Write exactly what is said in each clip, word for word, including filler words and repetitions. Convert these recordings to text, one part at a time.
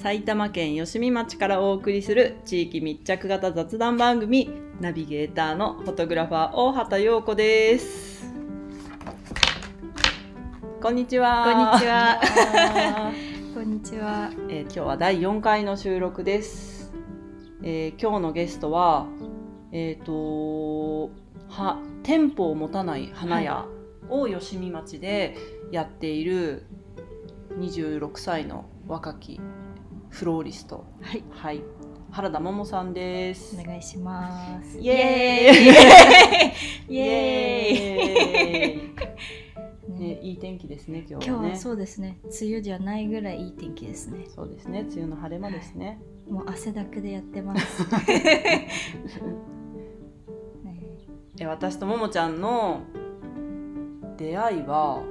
埼玉県吉見町からお送りする地域密着型雑談番組、ナビゲーターのフォトグラファー大畑陽子です。こんにちは。 こんにちは。こんにちは、 えー、今日はだいよんかいの収録です。えー、今日のゲストは、えーとは店舗を持たない花屋を吉見町でやっているにじゅうろくさいの若きフローリスト、 はいはい、原田桃さんです。 お願いします。 イエーイイエーイね、いい天気ですね今日はね。 今日はそうですね、梅雨じゃないぐらいいい天気ですね。 そうですね、梅雨の晴れ間ですね、 はい、もう汗だくでやってますえ私とももちゃんの出会いは、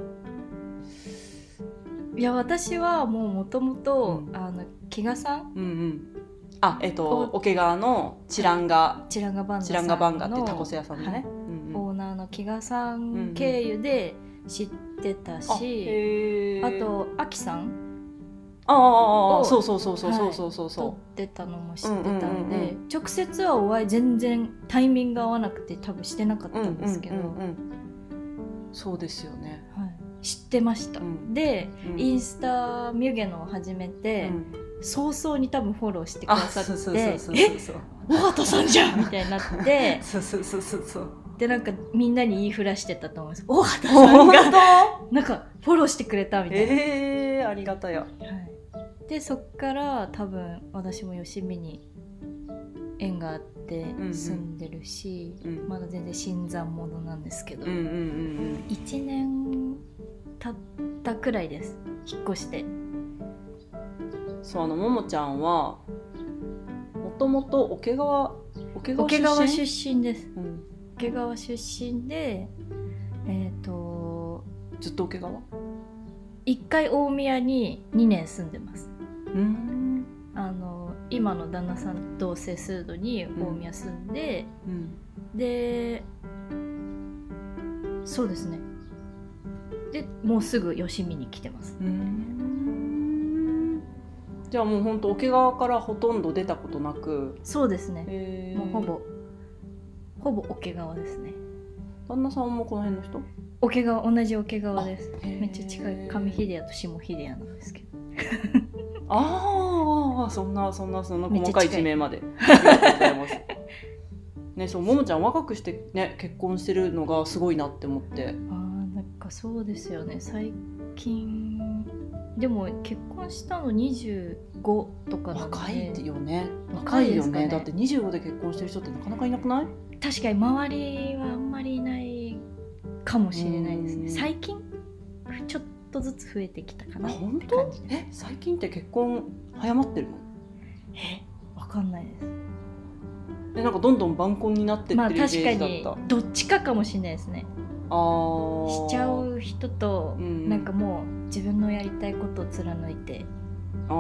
いや私はもうもともと木賀さん、 うんうん、あえっと桶川のチランガチランガバンガチランガバンガっていうタコス屋さんのね、はい、 うんうん、オーナーの木賀さん経由で知ってたし、うん、あ, あとアキさんああそうそうそうそうそうそうそうそう、 撮ってたのも知ってたんで、うんうんうん、直接はお会い全然タイミング合わなくて多分してなかったんですけど、うんうんうんうん、 そうですよね、 はい、知ってました、うん、で、うん、インスタミュゲノを始めて、うん、早々に多分フォローしてくださってえ大畑さんじゃんみたいになってそうそうそうそうそうでなんかみんなに言いふらしてたと思うんです。大畑さんがなんかフォローしてくれたみたいな。 えー、ありがたや、はい、 でそっから多分私も吉見に縁があって住んでるし、うんうん、まだ全然新参者なんですけど、うんうんうんうん、いちねん経ったくらいです、引っ越して。 そう、あのももちゃんはもともと桶川桶川出身、桶川出身です、うん、桶川出身でえっ、ー、とずっと桶川？ 一回大宮ににねん住んでます。 うーん、 あの今の旦那さん同棲するのに大宮住んで、うんうん、でそうですね、でもうすぐ吉見に来てます。 うーん、じゃあもうほんと桶川からほとんど出たことなく。 そうですね、もうほぼほぼ桶川ですね。 旦那さんもこの辺の人？ 桶川、同じ桶川です。めっちゃ近い、上秀谷と下秀谷なんですけどああ、そんなそんなそんな細かい地名までありがとうございますね。そう、ももちゃん若くしてね結婚してるのがすごいなって思って。 あー、なんかそうですよね、最近でも結婚したのにじゅうごとかなんで。 若いよね、若いよね。だってにじゅうごで結婚してる人ってなかなかいなくない？ 確かに周りはあんまりいないかもしれないですね。最近ちょっとずつ増えてきたかなって感じです。 本当？え、最近って結婚早まってるの？ え、わかんないです。 え、なんかどんどん晩婚になってってるイメージだった。まあ確かにどっちかかもしれないですね。 あしちゃう人と、うん、なんかもう自分のやりたいことを貫いて。 あ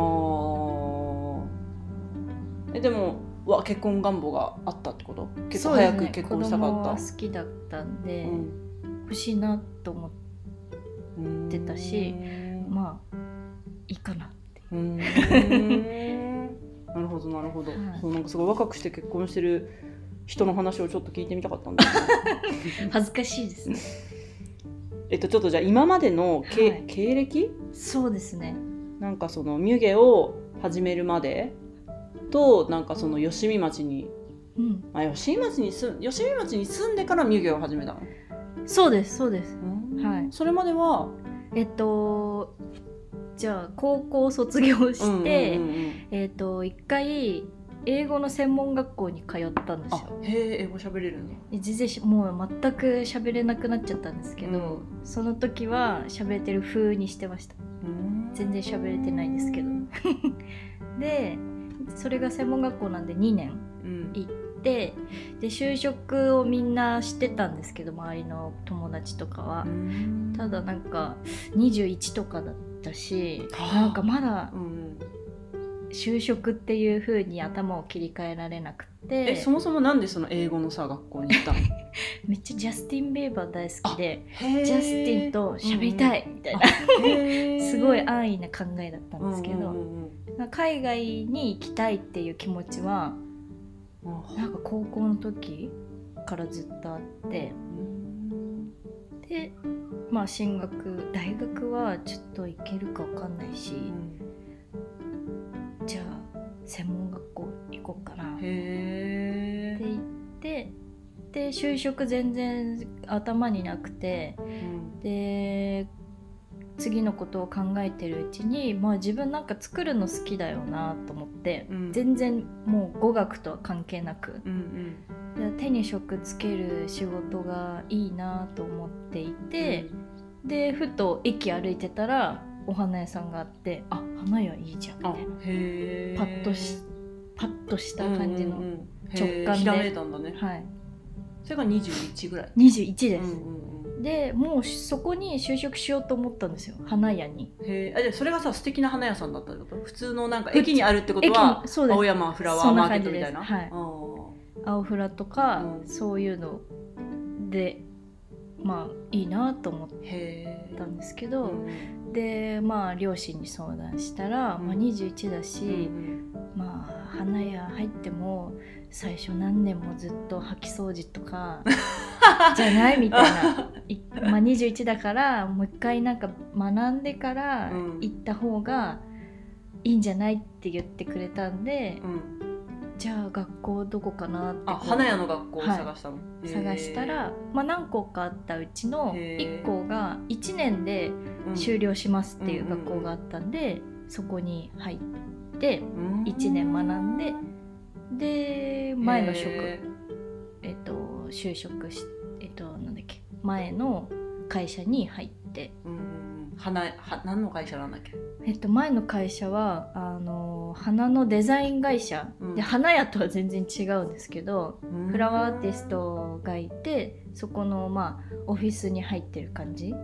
えでもは結婚願望があったってこと？結構早く結婚したかった。 子供は好きだったんで、うん、欲しいなと思ってたし、まあいいかなって。うーんなるほどなるほど、はい、そう、なんかすごい若くして結婚してる人の話をちょっと聞いてみたかったんですけど恥ずかしいですねえっとちょっとじゃあ今までの、はい、経歴？ そうですね、 なんかそのミュゲを始めるまでと、なんかその吉見町に、うん、あ、吉見町に住ん吉見町に住んでからミュゲを始めたの？ そうですそうです、はい。 それまではえっとじゃあ高校卒業して、うんうんうんうん、えっと一回英語の専門学校に通ったんですよ。 あ、へえ、英語喋れるの？ 全然もう全く喋れなくなっちゃったんですけど、うん、その時は喋れてる風にしてました。全然喋れてないんですけどでそれが専門学校なんでにねん行って、うん、で就職をみんなしてたんですけど、周りの友達とかは。ただなんかにじゅういちとかだったし、なんかまだ就職っていう風に頭を切り替えられなくて。 え、そもそもなんでその英語のさ学校に行ったの？ めっちゃジャスティン・ビーバー大好きで、 ジャジャスティンと喋りたいみたいな、すごい安易な考えだったんですけど、海外に行きたいっていう気持ちはなんか高校の時からずっとあって、でまあ進学大学はちょっと行けるか分かんないし、じゃあ専門学校行こうかなって言ってで就職全然頭になくて、うん、で次のことを考えてるうちに、まあ、自分なんか作るの好きだよなと思って、うん、全然もう語学とは関係なく、うんうん、で手に職つける仕事がいいなと思っていて、うん、でふと駅歩いてたらお花屋さんがあって、あ、花屋いいじゃんみたいな、へパッとしパッとした感じの直感で、うんうん、ひらめいたんだね。はい、それがにじゅういちぐらい。にじゅういちです、うんうんうん、でもうそこに就職しようと思ったんですよ、花屋に。 へえ、それがさ素敵な花屋さんだったってこと？普通のなんか駅にあるってことは青山フラワーマーケットみたいな。はい、 青フラとか、うん、そういうのでまあいいなと思ったんですけど、うん、でまあ両親に相談したら、うん、まあ、にじゅういちだし、うん、まあ花屋入っても最初何年もずっと掃き掃除とかじゃないみたいなまあにじゅういちだからもう一回なんか学んでから行った方がいいんじゃないって言ってくれたんで、うん、じゃあ学校どこかなって。 あ、花屋の学校を探したの、はい、 探したら、まあ、何校かあったうちのいっこがいちねんで終了しますっていう学校があったんで、うんうんうん、そこに入っていちねん学んで、で前の職、えっと、就職し、えっと、なんだっけ前の会社に入って、 うん、花は何の会社なんだっけ。 えっと、前の会社はあの花のデザイン会社、うん、で花屋とは全然違うんですけど、うん、フラワーアーティストがいてそこの、まあ、オフィスに入ってる感じ、うん、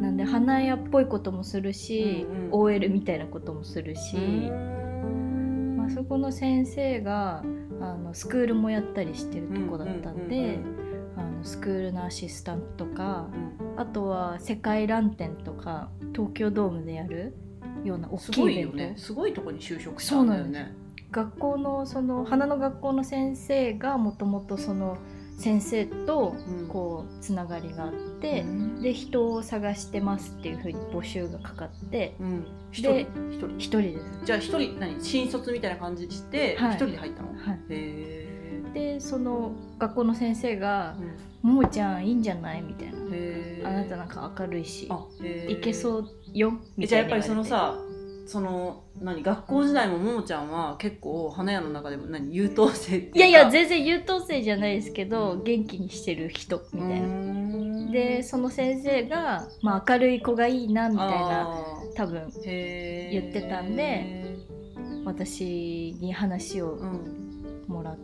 なんで花屋っぽいこともするし、うんうん、オーエル みたいなこともするし、まあ、そこの先生があのスクールもやったりしてるとこだったんで、あのスクールのアシスタントとか、うん、あとは世界ラン展とか東京ドームでやるような大きいイベント。すごいよね。すごいとこに就職したんだよね。そうなんです。学校のその花の学校の先生がもともとその先生とこうつながりがあって、うん、で人を探してますっていう風に募集がかかって、うん、一人一人一人です。 じゃあ一人何新卒みたいな感じして一、はい、人で入ったの？はい。 へー。でその学校の先生が、うん、ももちゃんいいんじゃないみたいな、へー、あなたなんか明るいしいけそうよみたいな。 じゃあやっぱりそのさその何学校時代もももちゃんは結構花屋の中でも何優等生っていうか。 いやいや全然優等生じゃないですけど、うん、元気にしてる人みたいな。でその先生が、まあ、明るい子がいいなみたいな多分言ってたんで私に話をもらって、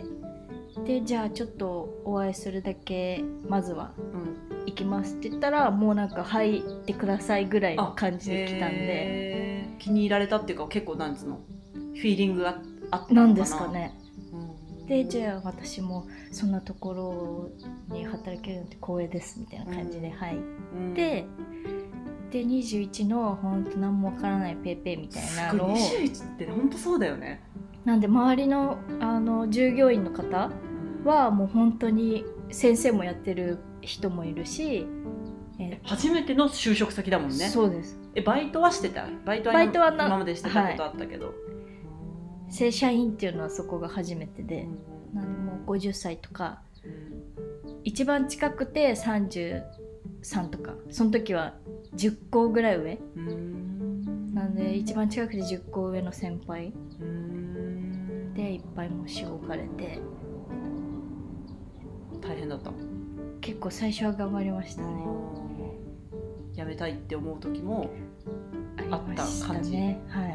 うん、でじゃあちょっとお会いするだけまずは行きますって言ったら、もうなんか入ってくださいぐらいの感じで来たんで気に入られたっていうか結構なんつうのフィーリングがあったのかな。 なんですかね、うん、でじゃあ私もそんなところに働けるのって光栄ですみたいな感じで入って、うん、でにじゅういちのほんと何もわからないペーペーみたいなのを。 にじゅういちってほんとそうだよね。 なんで周りの、あの従業員の方はもう本当に先生もやってる人もいるし、 え初めての就職先だもんね。 そうです。 えバイトはしてた？バイトは 今, は今までしてたことあったけど、はい、 正社員っていうのはそこが初めてで、うん、なんでもうごじゅっさいとか、うん、一番近くてさんじゅうさんとか、その時はじゅっこぐらい上、うん、なんで一番近くてじゅっこ上の先輩、うん、でいっぱいもしごかれて大変だった。 結構最初は頑張りましたね。 辞めたいって思う時もあった感じね。 はい。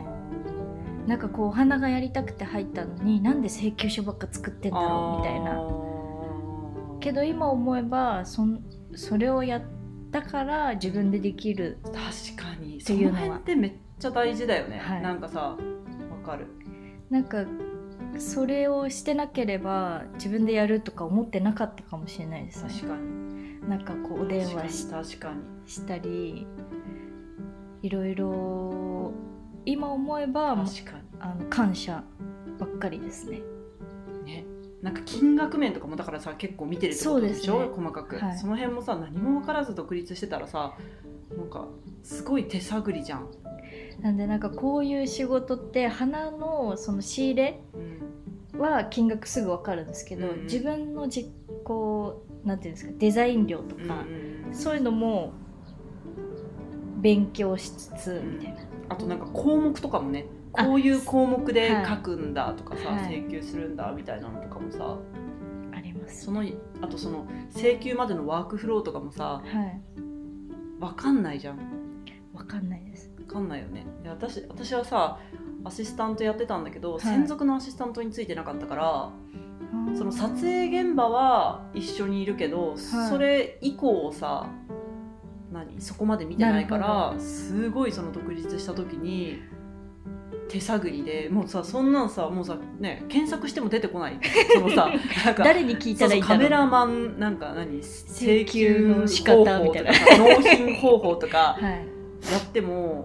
なんかこうお花がやりたくて入ったのになんで請求書ばっか作ってんだろうみたいな。けど今思えば そ, それをやったから自分でできる。 確かにその辺ってめっちゃ大事だよね。はい、なんかさわかる。 なんかそれをしてなければ自分でやるとか思ってなかったかもしれないですね。 確かに。 なんかこうお電話し確かにしたりいろいろ今思えば確かにあの感謝ばっかりですね。 ね、なんか金額面とかもだからさ結構見てるってことでしょ。 そうですね、 細かく、 はい、 その辺もさ何も分からず独立してたらさなんかすごい手探りじゃん。 なんでなんかこういう仕事って花のその仕入れは金額すぐ分かるんですけど、うんうん、自分の実こうなんていうんですかデザイン料とか、うんうん、そういうのも勉強しつつみたいな、 あとなんか項目とかもねこういう項目で書くんだとかさ、はい、請求するんだみたいなのとかもさあります。 そのあとその請求までのワークフローとかもさ、はい、分かんないじゃん。 分かんないです。 分かんないよね。で 私, 私はさアシスタントやってたんだけど、はい、専属のアシスタントについてなかったからその撮影現場は一緒にいるけど、はい、それ以降をさ何そこまで見てないからすごいその独立した時に手探りでもうさそんなんさもうさね検索しても出てこないそのさなんか誰に聞いたらいいんだろう。 そうそうカメラマンなんか何請求の仕方みたいな納品方法とかやっても、はい、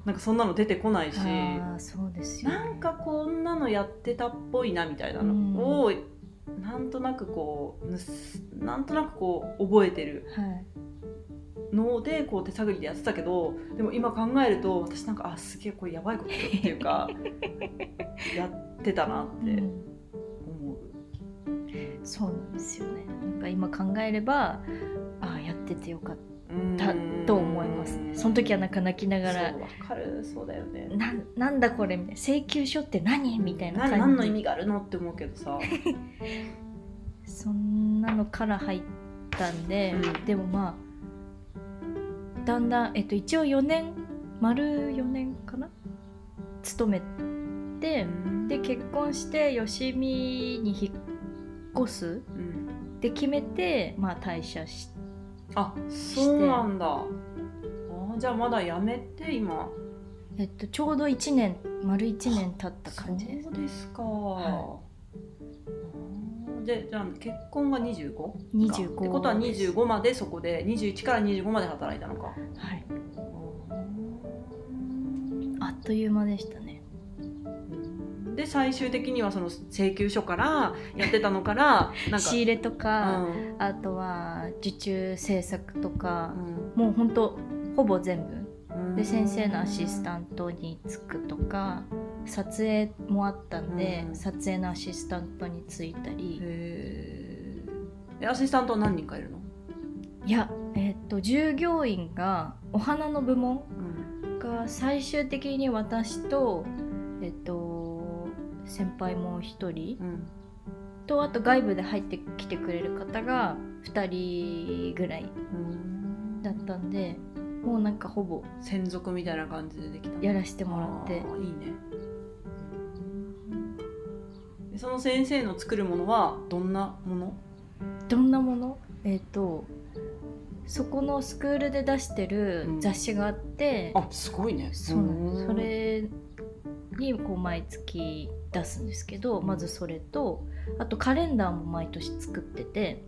なんかそんなの出てこないし、 あそうですよね、 なんかこんなのやってたっぽいなみたいなのを、うん、なんとなくこうなんとなくこう覚えてる。はいのでこう手探りでやってたけど、でも今考えると私なんかあすげえこれやばいことっていうかやってたなって思う、 うん、そうなんですよね。なんか今考えればあやっててよかったと思いますね。その時はなんか泣きながらそうわかる。そうだよね。 な, なんだこれみたいな請求書って何みたいな感じ。 何の意味があるのって思うけどさそんなのから入ったんで、うん、でもまあだんだん、えっと、一応よねん丸よねんかな勤めて、で結婚して吉見に引っ越す、うん、で決めて、まあ、退社しあそうなんだ。あじゃあまだ辞めて今、 えっと、ちょうどいちねん丸いちねん経った感じです。 そうですか、はい、でじゃあ結婚が にじゅうご? にじゅうごってことはにじゅうごまでそこでにじゅういちからにじゅうごまで働いたのか。 はいあっという間でしたね。 で最終的にはその請求書からやってたのからなんか仕入れとか、うん、あとは受注制作とか、うん、もうほんとほぼ全部、うん、で先生のアシスタントにつくとか撮影もあったんで、うん、撮影のアシスタントについたり。 へーアシスタントは何人かいるの？ いや、えー、っと従業員がお花の部門が最終的に私と、えー、っと先輩もひとり、うん、とあと外部で入ってきてくれる方がふたりぐらいだったんで、もうなんかほぼ専属みたいな感じでできたやらせてもらって。 いいね。その先生の作るものはどんなもの？ どんなもの？えっとそこのスクールで出してる雑誌があって、 うん、あすごいね。 そうなんです。それにこう毎月出すんですけど、まずそれとあとカレンダーも毎年作ってて、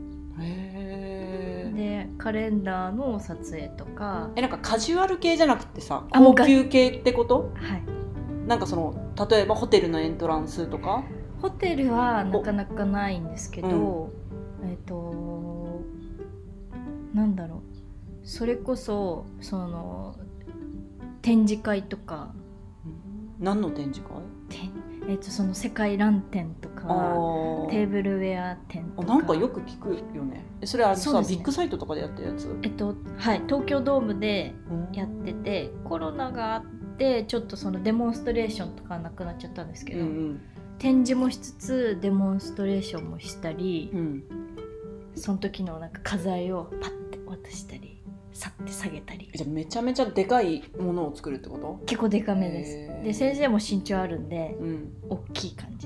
へでカレンダーの撮影とか。 えなんかカジュアル系じゃなくてさ高級系ってこと？ はい。 なんかその例えばホテルのエントランスとか？ ホテルはなかなかないんですけど、うん、えっとなんだろうそれこそその展示会とか。 何の展示会？ えっとその世界ラン展とかテーブルウェア展とか。 なんかよく聞くよね。それはさ、ね、ビッグサイトとかでやってるやつ？ えっとはい東京ドームでやってて、コロナがあってちょっとそのデモンストレーションとかなくなっちゃったんですけど、うんうん、展示もしつつデモンストレーションもしたり、うん、その時のなんか花材をパッて渡したりさって下げたり。 じゃあめちゃめちゃでかいものを作るってこと？ 結構でかめです。で先生も身長あるんで、うん、大きい感じ。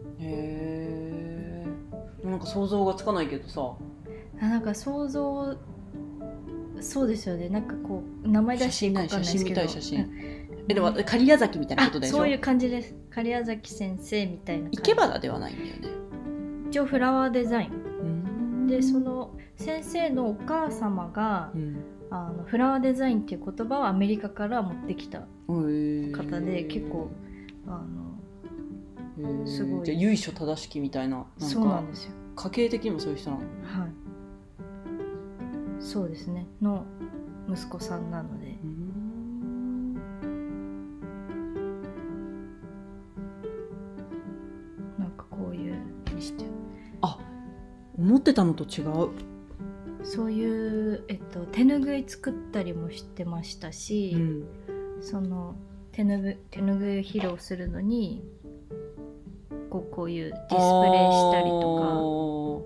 へーなんか想像がつかないけどさ。 あなんか想像そうですよね。なんかこう名前出していいか分かんないですけど、 写真見たい写真。 えでも狩屋崎みたいなことでしょ。 そういう感じです。狩屋崎先生みたいな感じ。 生け花ではないんだよね。 一応フラワーデザインで、その先生のお母様が、うん、あのフラワーデザインっていう言葉をアメリカから持ってきた方で、結構あのすごい、 じゃあ由緒正しきみたい な, なんかそうなんですよ。 家系的にもそういう人なの。 はい、そうですね、の息子さんなので。うん、なんかこういうにして、 あ、思ってたのと違う。 そういう、えっと、手ぬぐい作ったりもしてましたし、うん、その手ぬぐ手ぬぐいを披露するのにこう、こういうディスプレイしたりと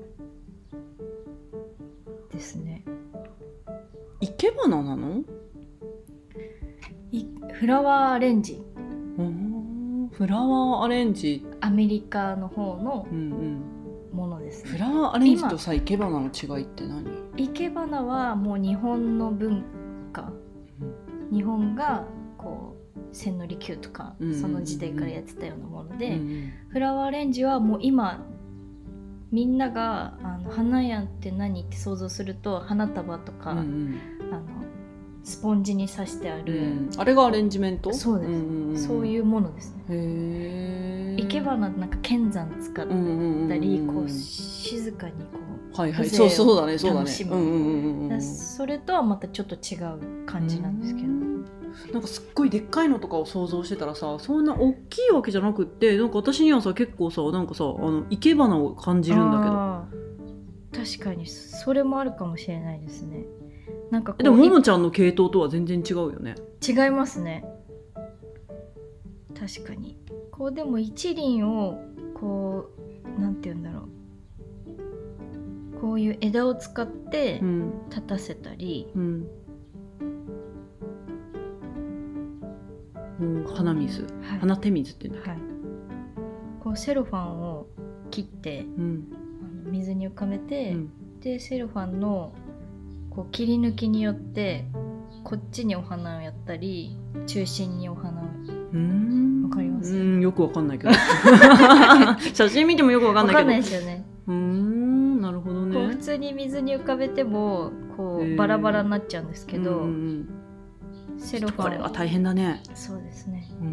かですね。 生け花なの？ いフラワーアレンジ。 フラワーアレンジ、 アメリカの方のものですね。 フラワーアレンジとさ、生け花の違いって何？ 生け花はもう日本の文化、うん、日本がこう千利休とか、うんうんうん、その時代からやってたようなもので、うんうん、フラワーアレンジはもう今みんながあの花屋って何って想像すると花束とか、うんうん、あのスポンジに刺してある、うん、 あれがアレンジメント？ そうです、うんうん、そういうものですね。 へー。 生け花なんか剣山使ったり、うんうんうんうん、こう静かにこう、 はいはい、そうそうだね、そうだね、 うんうんうん、それとはまたちょっと違う感じなんですけど、 なんかすっごいでっかいのとかを想像してたらさ、そんな大きいわけじゃなくって、なんか私にはさ結構さ、なんかさ、あの生け花を感じるんだけど。 確かにそれもあるかもしれないですね。なんかこう、 でもももちゃんの系統とは全然違うよね。 違いますね、確かに。こうでも一輪をこうなんて言うんだろう、こういう枝を使って立たせたり、うんうん、花水、はい、花手水って言うんだっけ、はい、 こうセロファンを切って、うん、あの水に浮かべて、うん、でセロファンのこう切り抜きによってこっちにお花をやったり中心にお花を、うーん、わかります？ うん、よくわかんないけど写真見てもよくわかんないけど、 わかんないですよね。 うーん、なるほどね。 こう普通に水に浮かべてもこうバラバラになっちゃうんですけど、セロファン、 これは大変だね。 そうですね。うー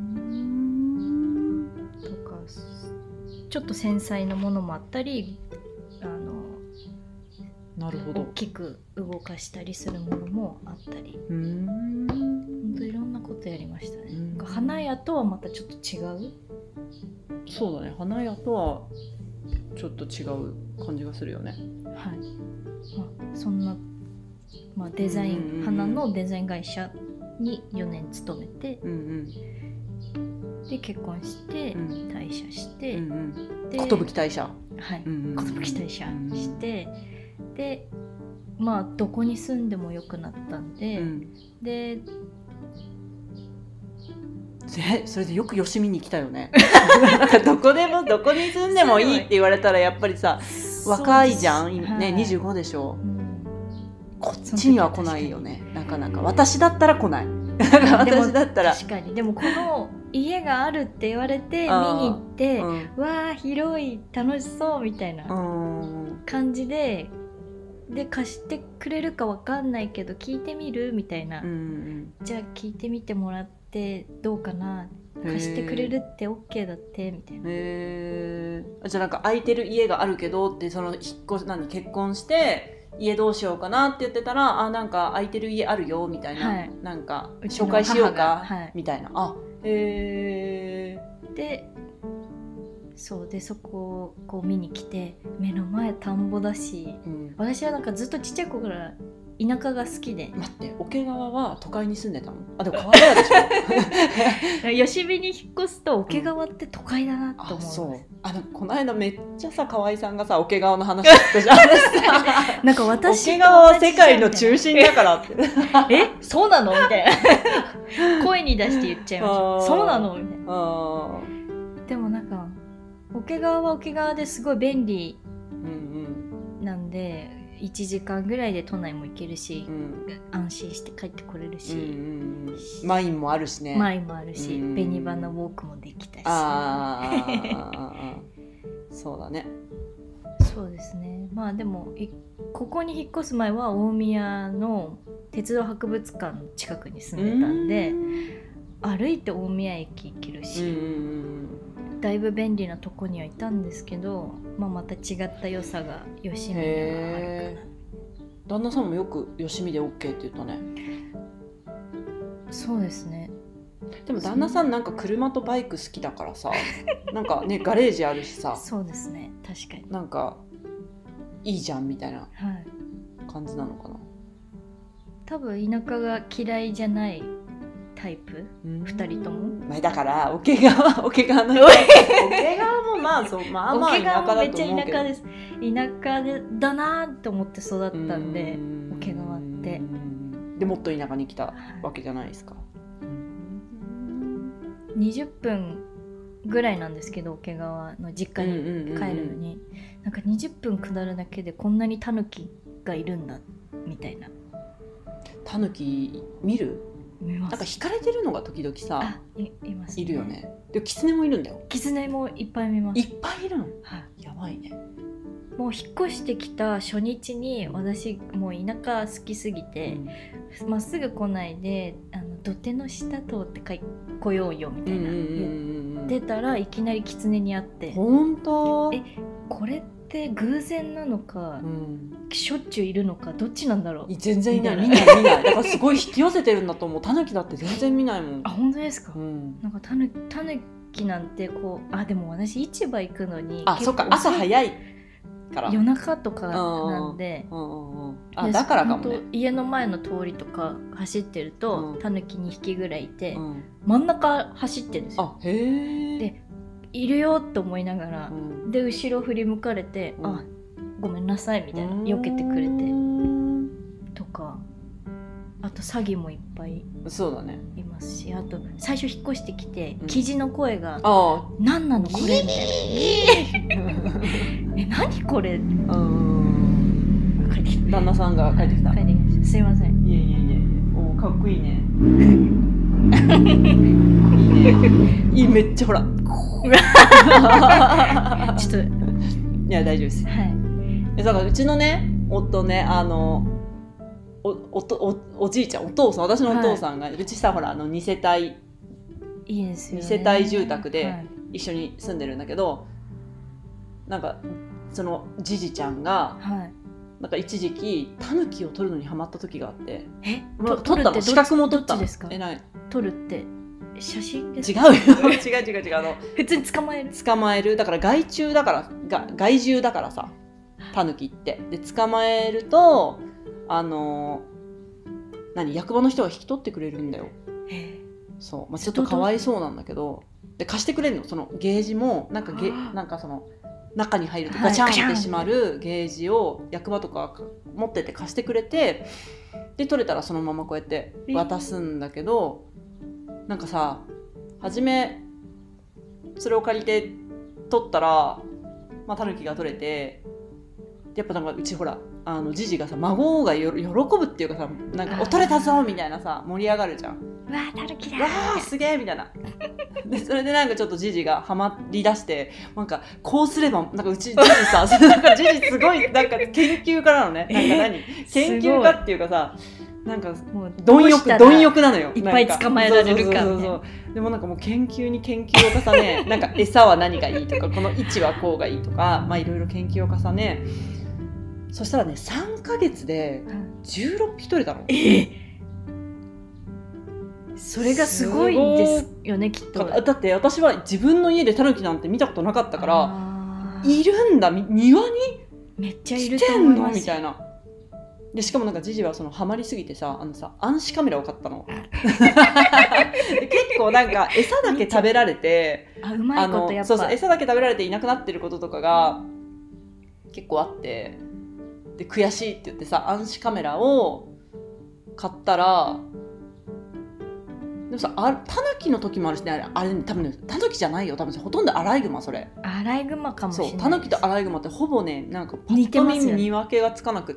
ん、とかちょっと繊細なものもあったり、あのなるほど、 大きく動かしたりするものもあったり、うーん、本当いろんなことやりましたね。なんか花屋とはまたちょっと違う。 そうだね、花屋とはちょっと違う感じがするよね。 はい、まあ、そんな、まあ、デザイン、花のデザイン会社によねん勤めて、うんうん、で結婚して、うん、退社して、うんうん、で寿退社、 はい、寿、うんうん、退社して、でまあどこに住んでもよくなったんで、うん、でそれでよくよしみに来たよねどこでもどこに住んでもいいって言われたらやっぱりさ、若いじゃん、ね、はい、にじゅうごでしょ、うん、こっちには来ないよね、なかなか。私だったら来ない私だったら確かに。でもこの家があるって言われて見に行って、うん、わー広い楽しそうみたいな感じで、で貸してくれるかわかんないけど聞いてみるみたいな、うん、じゃあ聞いてみてもらってどうかな、貸してくれるって OK だってみたいな。 へー。じゃあなんか空いてる家があるけどって、その引っ越し何結婚して家どうしようかなって言ってたら、あ、なんか空いてる家あるよみたいな、はい、なんか紹介しようか、はい、みたいな。あ、へー。でそうで、そこをこう見に来て、目の前田んぼだし、うん、私はなんかずっとちっちゃい頃から田舎が好きで。 待って、桶川は都会に住んでたの？あ、でも川原でしょ吉見に引っ越すと桶川って都会だなと思う、うん、あ、そう。 あのこの間めっちゃさ、河合さんがさ桶川の話してたじゃんなんか私桶川は世界の中心だからってえ、そうなのみたいな声に出して言っちゃいました。そうなのみたいな。あ、でもなんか桶川は桶川ですごい便利なんで、うんうん、 いちじかんぐらいで都内も行けるし、 うん、 安心して帰ってこれるし、 うんうん、マインもあるしね。 マインもあるし、 うん、 紅花ウォークもできたし。 あそうだね。 そうですね。まあでもここに引っ越す前は大宮の鉄道博物館の近くに住んでたんで、歩いて大宮駅行けるし、うん、だいぶ便利なとこにはいたんですけど、まあ、また違った良さが吉見にはあるかな。 旦那さんもよく吉見で OK って言ったね。 そうですね。 でも旦那さんなんか車とバイク好きだからさなんかねガレージあるしさ、 そうですね、確かになんかいいじゃんみたいな感じなのかな、はい、 多分田舎が嫌いじゃないタイプ、ふたりとも。 まあ、だから桶川桶川の桶川もまあそうまあまあ田舎だと思うけど、 めっちゃ田舎です。田舎でだなと思って育ったんで、桶川って。 でもっと田舎に来たわけじゃないですか。 にじゅっぷんぐらいなんですけど、桶川の実家に帰るのに、なんかにじゅっぷん下るだけでこんなにタヌキがいるんだみたいな。 タヌキ見る？ 見ます。 なんか惹かれてるのが時々さ、 あ、い、いますね。 いるよね。でキツネもいるんだよ。 キツネもいっぱい見ます。 いっぱいいるの？はい。やばいね。 もう引っ越してきた初日に私もう田舎好きすぎてま、うん、っすぐ来ないであの土手の下通って来ようよみたいな言ってたらいきなりキツネに会って、 本当？ えこれって偶然なのか、うん、しょっちゅういるのかどっちなんだろう。 全然いない見ない見ない。だからすごい引き寄せてるんだと思う。タヌキだって全然見ないもん。 あ、本当ですか？ うん、 なんかタヌタヌキなんてこう、あでも私市場行くのにあそっか朝早いから夜中とかなんで、 うんうんうん、あだからかもね。 家の前の通りとか走ってると、うん、タヌキにひきぐらいいて、うん、真ん中走ってるんですよ。 あへー。 でいるよと思いながら、うん、で後ろ振り向かれて、うん、あごめんなさいみたいな避けてくれてとか、あと詐欺もいっぱいそうだねいますし、あと最初引っ越してきて、うん、キジの声が 「 何なのこれ」みたいな「え何これ」うん旦那さんが帰ってきた。 帰ってきました。すいません。 いえいえいえ、おかっこいいねいいねいい、めっちゃほらちょっといや大丈夫です。 はい。 だからうちのね夫ね、あのお お, お, おじいちゃんお父さん私のお父さんが、はい、うちさほらあのに世帯いいですよね、 に世帯住宅で一緒に住んでるんだけど、はい、なんかそのじじちゃんが、はい、なんか一時期タヌキを取るのにハマった時があって、 え、 まあ、取ったの資格も取ったの。 どっちですか？ えない取るって写真ですか？違うよ違う違う違うあの普通に捕まえる捕まえるだから害虫だからが害獣だからさタヌキってで捕まえるとあの何役場の人が引き取ってくれるんだよ。そう、まあ、ちょっとかわいそうなんだけどで貸してくれるの。そのゲージもなんかゲなんかその中に入るとガチャンって閉まるゲージを役場とか持ってて貸してくれて、で取れたらそのままこうやって渡すんだけど、なんかさ初めそれを借りて取ったら、まあ、タヌキが取れてやっぱなんかうちほらあのジジがさ孫がよ喜ぶっていうかさなんかお取れたぞみたいなさ盛り上がるじゃん。 わータヌキだーわーすげーみたいなでそれでなんかちょっとジジがハマりだしてなんかこうすればなんかうちジジさなんかジジすごいなんか研究家なのね。なんか何研究家っていうかさなんか貪欲貪欲なのよ。 いっぱい捕まえられるかみたいな。 でもなんかもう研究に研究を重ねなんか餌は何がいいとかこの位置はこうがいいとかまあいろいろ研究を重ねそしたらねさんかげつでじゅうろっぴき取れたの。 えー、それがすごいですよねきっと。 だって私は自分の家でタヌキなんて見たことなかったからいるんだ庭にめっちゃいると思いますみたいな。でしかもなんかジジはそのハマりすぎてさあのさ暗視カメラを買ったので結構なんか餌だけ食べられてあうまいことやっぱそうそう餌だけ食べられていなくなってることとかが結構あってで悔しいって言ってさ暗視カメラを買ったらもさ、あタヌキの時もあるしね、あれ、あれ多分ね、タヌキじゃないよ、多分ほとんどアライグマ、それ。 アライグマかもしれない。 そう、タヌキとアライグマってほぼね、なんかパッと見見分けがつかなくって、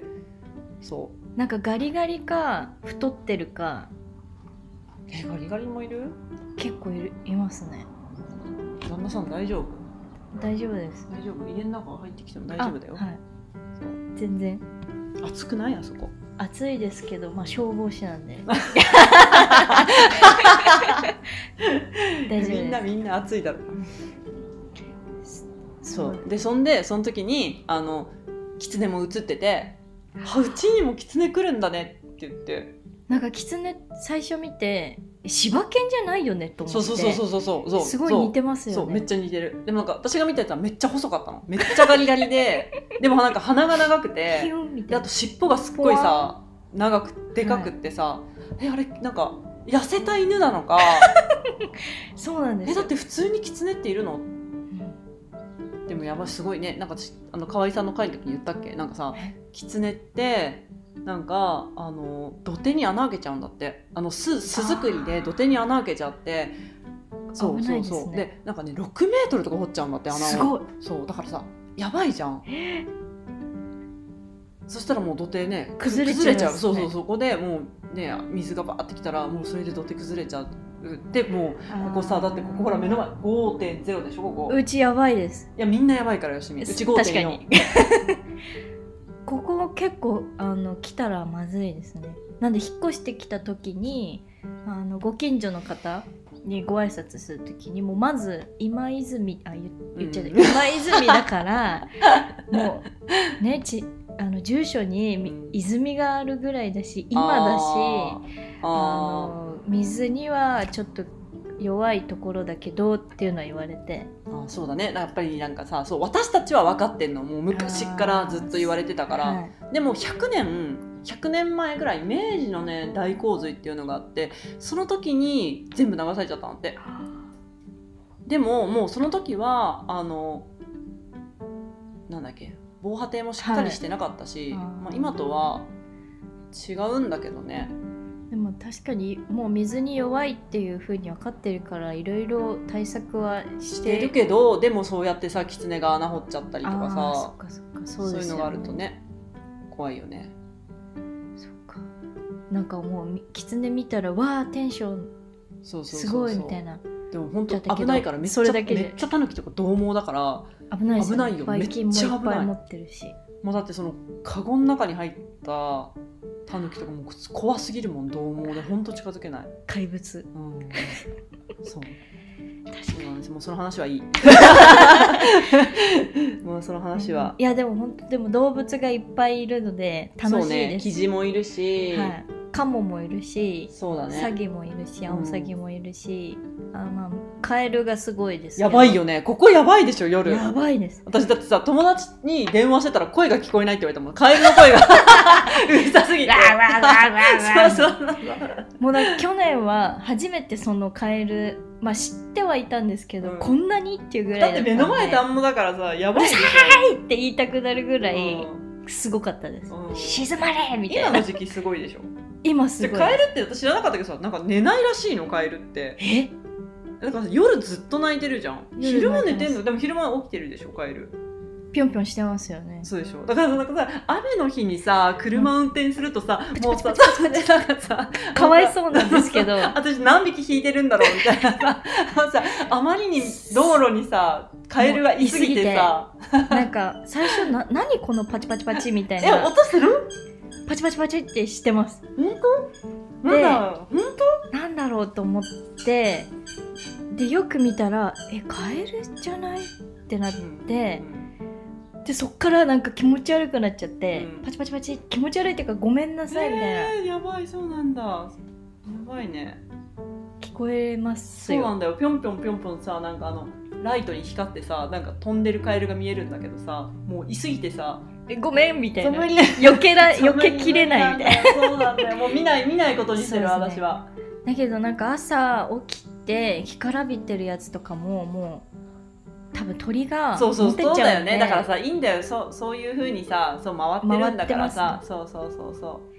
そう。 なんかガリガリか太ってるか。 え、ガリガリもいる？ 結構いる、いますね。 旦那さん大丈夫？ 大丈夫です。 大丈夫？家の中入ってきても大丈夫だよ。はい。 そう。全然。 暑くない？あそこ。暑いですけど、まあ消防士なんで。大丈夫です。みんなみんな暑いだろう。そうで、そんでその時にあのキツネも映ってて、あ、うちにもキツネ来るんだねって言って、なんかキツネ最初見て柴犬じゃないよねと思って。そうそうそうそうそうそう、すごい似てますよね。そう、めっちゃ似てる。でもなんか私が見たやつはめっちゃ細かったの。めっちゃガリガリででもなんか鼻が長くてで、あと尻尾がすっごいさ長くでかくってさ、はい、え、あれなんか痩せた犬なのかそうなんですよ。え、だって普通にキツネっているの、うん、でもやばい、すごいね。なんかあの河合さんの会の時に言ったっけ、なんかさ、キツネってなんかあの土手に穴開けちゃうんだって。あの巣巣作りで土手に穴開けちゃって、そうそうそう、ね、でなんかねろくメートルとか掘っちゃうんだって穴を。すごい。そうだからさ、やばいじゃん。そしたらもう土手ね崩れちゃう、崩れちゃう、そうそう、そこでもうね水がバーってきたらもうそれで土手崩れちゃう。でもうここさ、だってここほら目の前 ごてんゼロ でしょ、ここ。うちやばいです。いや、みんなやばいからよしみ。うち ごてんよん。確かにここ結構あの来たらまずいですね。なんで引っ越してきた時にあのご近所の方にご挨拶する時にもうまず今泉、あ、言, 言っちゃった、うん、今泉だからもうね、ちあの住所に泉があるぐらいだし今だし、あの水にはちょっと弱いところだけどっていうのは言われて。あ、そうだね。やっぱりなんかさ、そう、私たちは分かってんの、もう昔からずっと言われてたから、はい、でもひゃくねんひゃくねんまえぐらい明治のね大洪水っていうのがあって、その時に全部流されちゃったんだって。でももうその時はあのなんだっけ、防波堤もしっかりしてなかったし、はい、あまあ、今とは違うんだけどね。でも確かにもう水に弱いっていう風に分かってるからいろいろ対策はしてるけど、でもそうやってさキツネが穴掘っちゃったりとかさ、そっかそっか、そうですよね、そういうのがあるとね怖いよね。そっか、なんかもうキツネ見たらわーテンションすごいみたいな。でも本当危ないからめっちゃ、めっちゃタヌキとか獰猛だから危ないですよ、ね、危ないよ、めっちゃ危ない。バイキンもいっぱい持ってるし、もうだってそのカゴの中に入ったタヌキとかも怖すぎるもん、獰猛で本当近づけない怪物、うん、そう確かに。もうその話はいいもうその話は、いやでも本当でも動物がいっぱいいるので楽しいです。そうね、キジもいるし、はい、カモもいるし、そうだね、サギもいるし、アオサギもいるし、うん、あ、まあ、カエルがすごいです。やばいよね、ここやばいでしょ夜。やばいです。私だってさ、友達に電話してたら声が聞こえないって言われたもん、カエルの声がうるさすぎてそうそうそう、もうだ去年は初めてそのカエル、まあ知ってはいたんですけど、うん、こんなにっていうぐらいだったんで。だって目の前田んぼだからさ、やばいでしょ。うるさいって言いたくなるぐらい、うん、すごかったです、うん、静まれみたいな。今の時期すごいでしょ。今すごい。カエルって私知らなかったけどさ、なんか寝ないらしいの、カエルって。え、だから夜ずっと泣いてるじゃん。昼も寝てんの。でも昼間起きてるでしょ、カエル。ぴょんぴょんしてますよね。そうでしょ。だからなんかさ、雨の日にさ車運転するとさ、うん、もうさなんかさかわいそうなんですけど私何匹引いてるんだろうみたいなささ、あまりに道路にさカエルがいすぎてさ、なんか最初な何このパチパチパチみたいな。え、音する？パチパチパチってしてます。本当？なんだろう、本当？なんだろうと思って、でよく見たら、え、カエルじゃないってなって、うん、でそっからなんか気持ち悪くなっちゃって、うん、パチパチパチ気持ち悪いっていうかごめんなさいみたいな。えー、やばい、そうなんだ。やばいね。聞こえますよ。そうなんだよ。ぴょんぴょんぴょんぴょんさ、なんかあのライトに光ってさ、なんか飛んでるカエルが見えるんだけどさ、もういすぎてさ、え、ごめんみたいな、避けら避けきれないみたいな。そうなんだよ。もう見ない見ないことにしてる、ね、私は。だけどなんか朝起きて干からびてるやつとかももう多分鳥が持ってっちゃうんで。そうそう、そうだよね。だからさ、いいんだよ。そうそういう風にさ、そう回ってるんだからさ、ね、そうそうそうそう。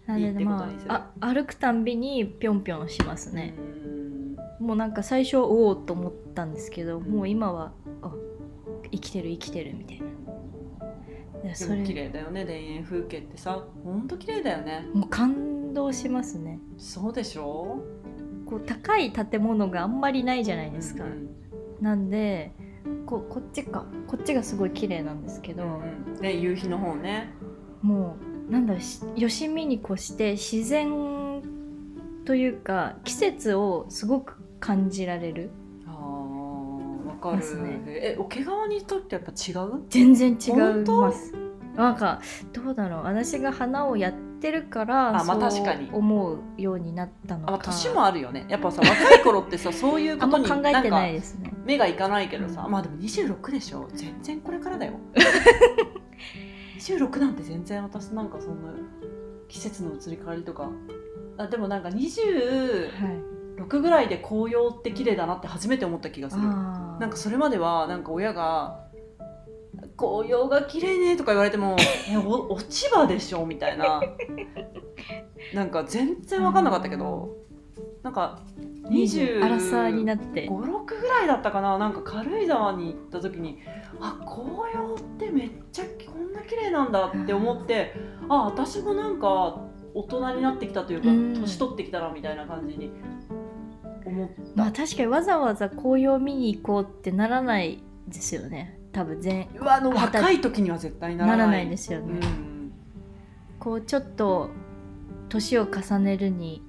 なんでいいってことまにする。 あ、あ歩くたんびにぴょんぴょんしますね。 うんもうなんか最初おおと思ったんですけど、 うんもう今はあ生きてる生きてるみたいな。いやでも綺麗だよね、田園風景ってさ、ほんと綺麗だよね。 もう感動しますね。 そうでしょ。 こう高い建物があんまりないじゃないですか、 うんなんでこうこっちかこっちがすごい綺麗なんですけど、 うんうん、ね、夕日の方ね。 もうなんだろうしよしみに越して自然というか季節をすごく感じられる。 あー、わかる、 ますね。 え、桶川にとってやっぱ違う？ 全然違い本当？ ます。なんかどうだろう、私が花をやってるからあまあ確そうかに思うようになったのか。 あ、年もあるよね。やっぱさ、若い頃ってさそういうあんまことに考えてないんかですね。 目がいかないけどさ、 うんまあでもにじゅうろくでしょ。全然これからだよ。にじゅうろくなんて全然私なんかそんな季節の移り変わりとか、あでもなんかにじゅうろくぐらいで紅葉って綺麗だなって初めて思った気がする。 あーなんかそれまではなんか親が紅葉が綺麗ねとか言われてもえお落ち葉でしょみたいな、なんか全然分かんなかったけど、なんかにじゅうアラサーになってご、ろくぐらいだったかな、なんか軽井沢に行った時にあ、紅葉ってめっちゃこんな綺麗なんだって思って、あ、私もなんか大人になってきたというか、 うん年取ってきたなみたいな感じに思った。 まあ確かにわざわざ紅葉見に行こうってならないですよね。多分全うわあの若い時には絶対ならない。 ならないですよね。 うんこうちょっと年を重ねるに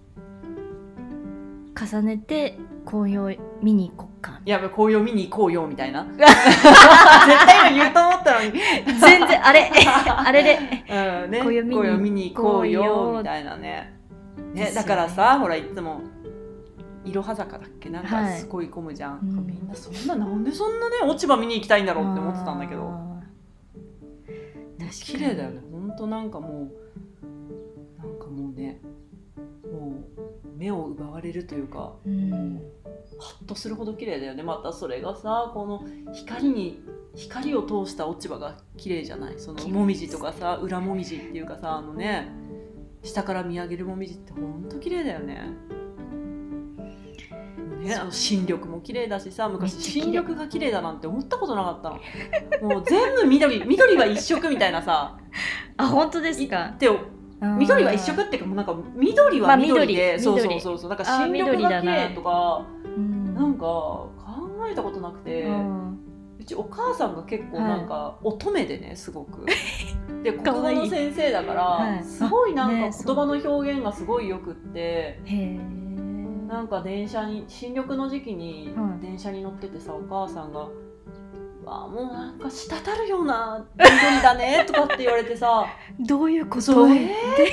重ねて紅葉見に行こっか。 いや紅葉見に行こうよみたいな絶対今言うと思ったのに全然あれあれでうんね、 紅葉見に紅葉見に行こうよ行こうよみたいなね。ね、 ですよねだからさ、ほらいつもいろは坂だっけ、なんかはいすごい混むじゃん、 うんみんなそんななんでそんなね落ち葉見に行きたいんだろうって思ってたんだけど、 あー確かに綺麗だよね。ほんとなんかもうなんかもうね、もう目を奪われるというか、 うんハッとするほど綺麗だよね。またそれがさ、この光に光を通した落ち葉が綺麗じゃない。そのもみじとかさ、裏もみじっていうかさ、あのね、下から見上げるもみじってほんと綺麗だよね。ね、あの新緑も綺麗だしさ、昔めっちゃ綺麗新緑が綺麗だなんて思ったことなかったの。もう全部緑、緑は一色みたいなさ、 あ本当です言かっ。てよ。緑は一色っていうか、もうなんか緑は緑で、 まあ緑そうそう緑そうそう、なんかあ新緑緑だなが綺麗とか。 うんなんか考えたことなくて、 うんうちお母さんが結構なんか乙女でね、すごくで国語かわいいの先生だから、 はいすごいなんかあね言葉の表現がすごいよくって、 へえなんか電車に新緑の時期にはい電車に乗っててさ、お母さんが「わあもうなんか滴るような緑だね」とかって言われてさどういうことそうえー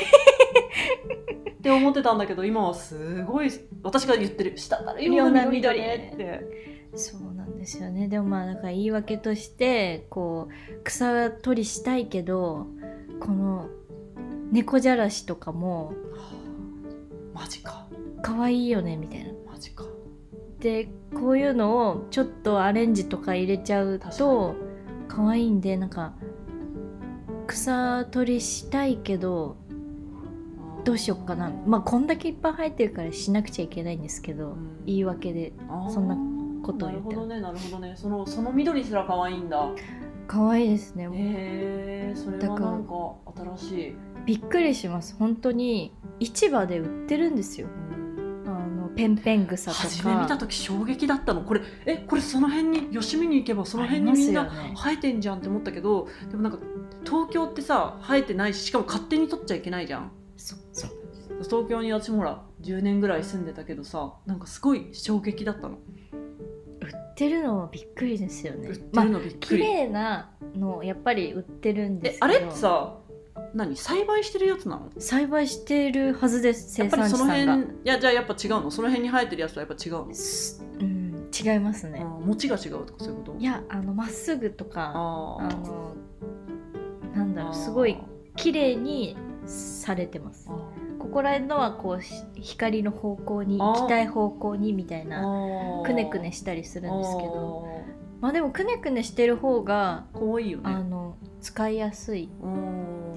って思ってたんだけど、今はすごい私が言ってる滴るような緑だねって。 そうなんですよね。でもまあだから言い訳としてこう草取りしたいけど、この猫じゃらしとかもマジか可愛いよねみたいな。 マジか。 でこういうのをちょっとアレンジとか入れちゃうと可愛いんで、なんか草取りしたいけどどうしよっかな。まあこんだけいっぱい生えてるからしなくちゃいけないんですけど、 うん、 言い訳でそんなことをな言ってるほどね、なるほどね。そのその緑すら可愛いんだ。 可愛いですね。 へえ、それはなんか新しい。 びっくりします。本当に市場で売ってるんですよ。 うん、 あのペンペン草とか。 初め見た時衝撃だったの。これえこれその辺に吉見に行けばその辺にみんな生えてんじゃんって思ったけど、でもなんか東京ってさ生えてないし、しかも勝手に取っちゃいけないじゃん。 そうそう。 東京に私もほらじゅうねんぐらい住んでたけどさ、なんかすごい衝撃だったの。 売ってるのはびっくりですよね。 売ってるのびっく綺り。 麗なのやっぱり売ってるんですけど。 えあれってさ、何栽培してるやつなの？ 栽培してるはずです。生やっぱり産者さんが。 その辺、いやじゃあやっぱ違うの？その辺に生えてるやつとやっぱ違うの？ うん違いますね。 あー持ちが違うとかそういうこと？ いやあのまっすぐとかああのなんだろう、すごい綺麗にされてます。ここら辺のはこう光の方向に行きたい方向にみたいなくねくねしたりするんですけど、まあでもくねくねしてる方が可愛いよね。 あの使いやすいで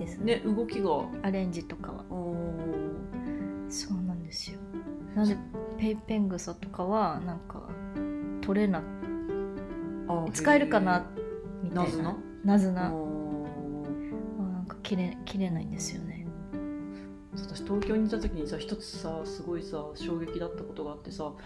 ですね。 ね、動きがアレンジとかは。 おそうなんですよ。なんでペイペングサとかはなんか取れなあ使えるかなみたいな。 なずななずな。 あなんか切れ切れないんですよね。 私東京にいた時にさ一つさすごいさ衝撃だったことがあってさ、 はい、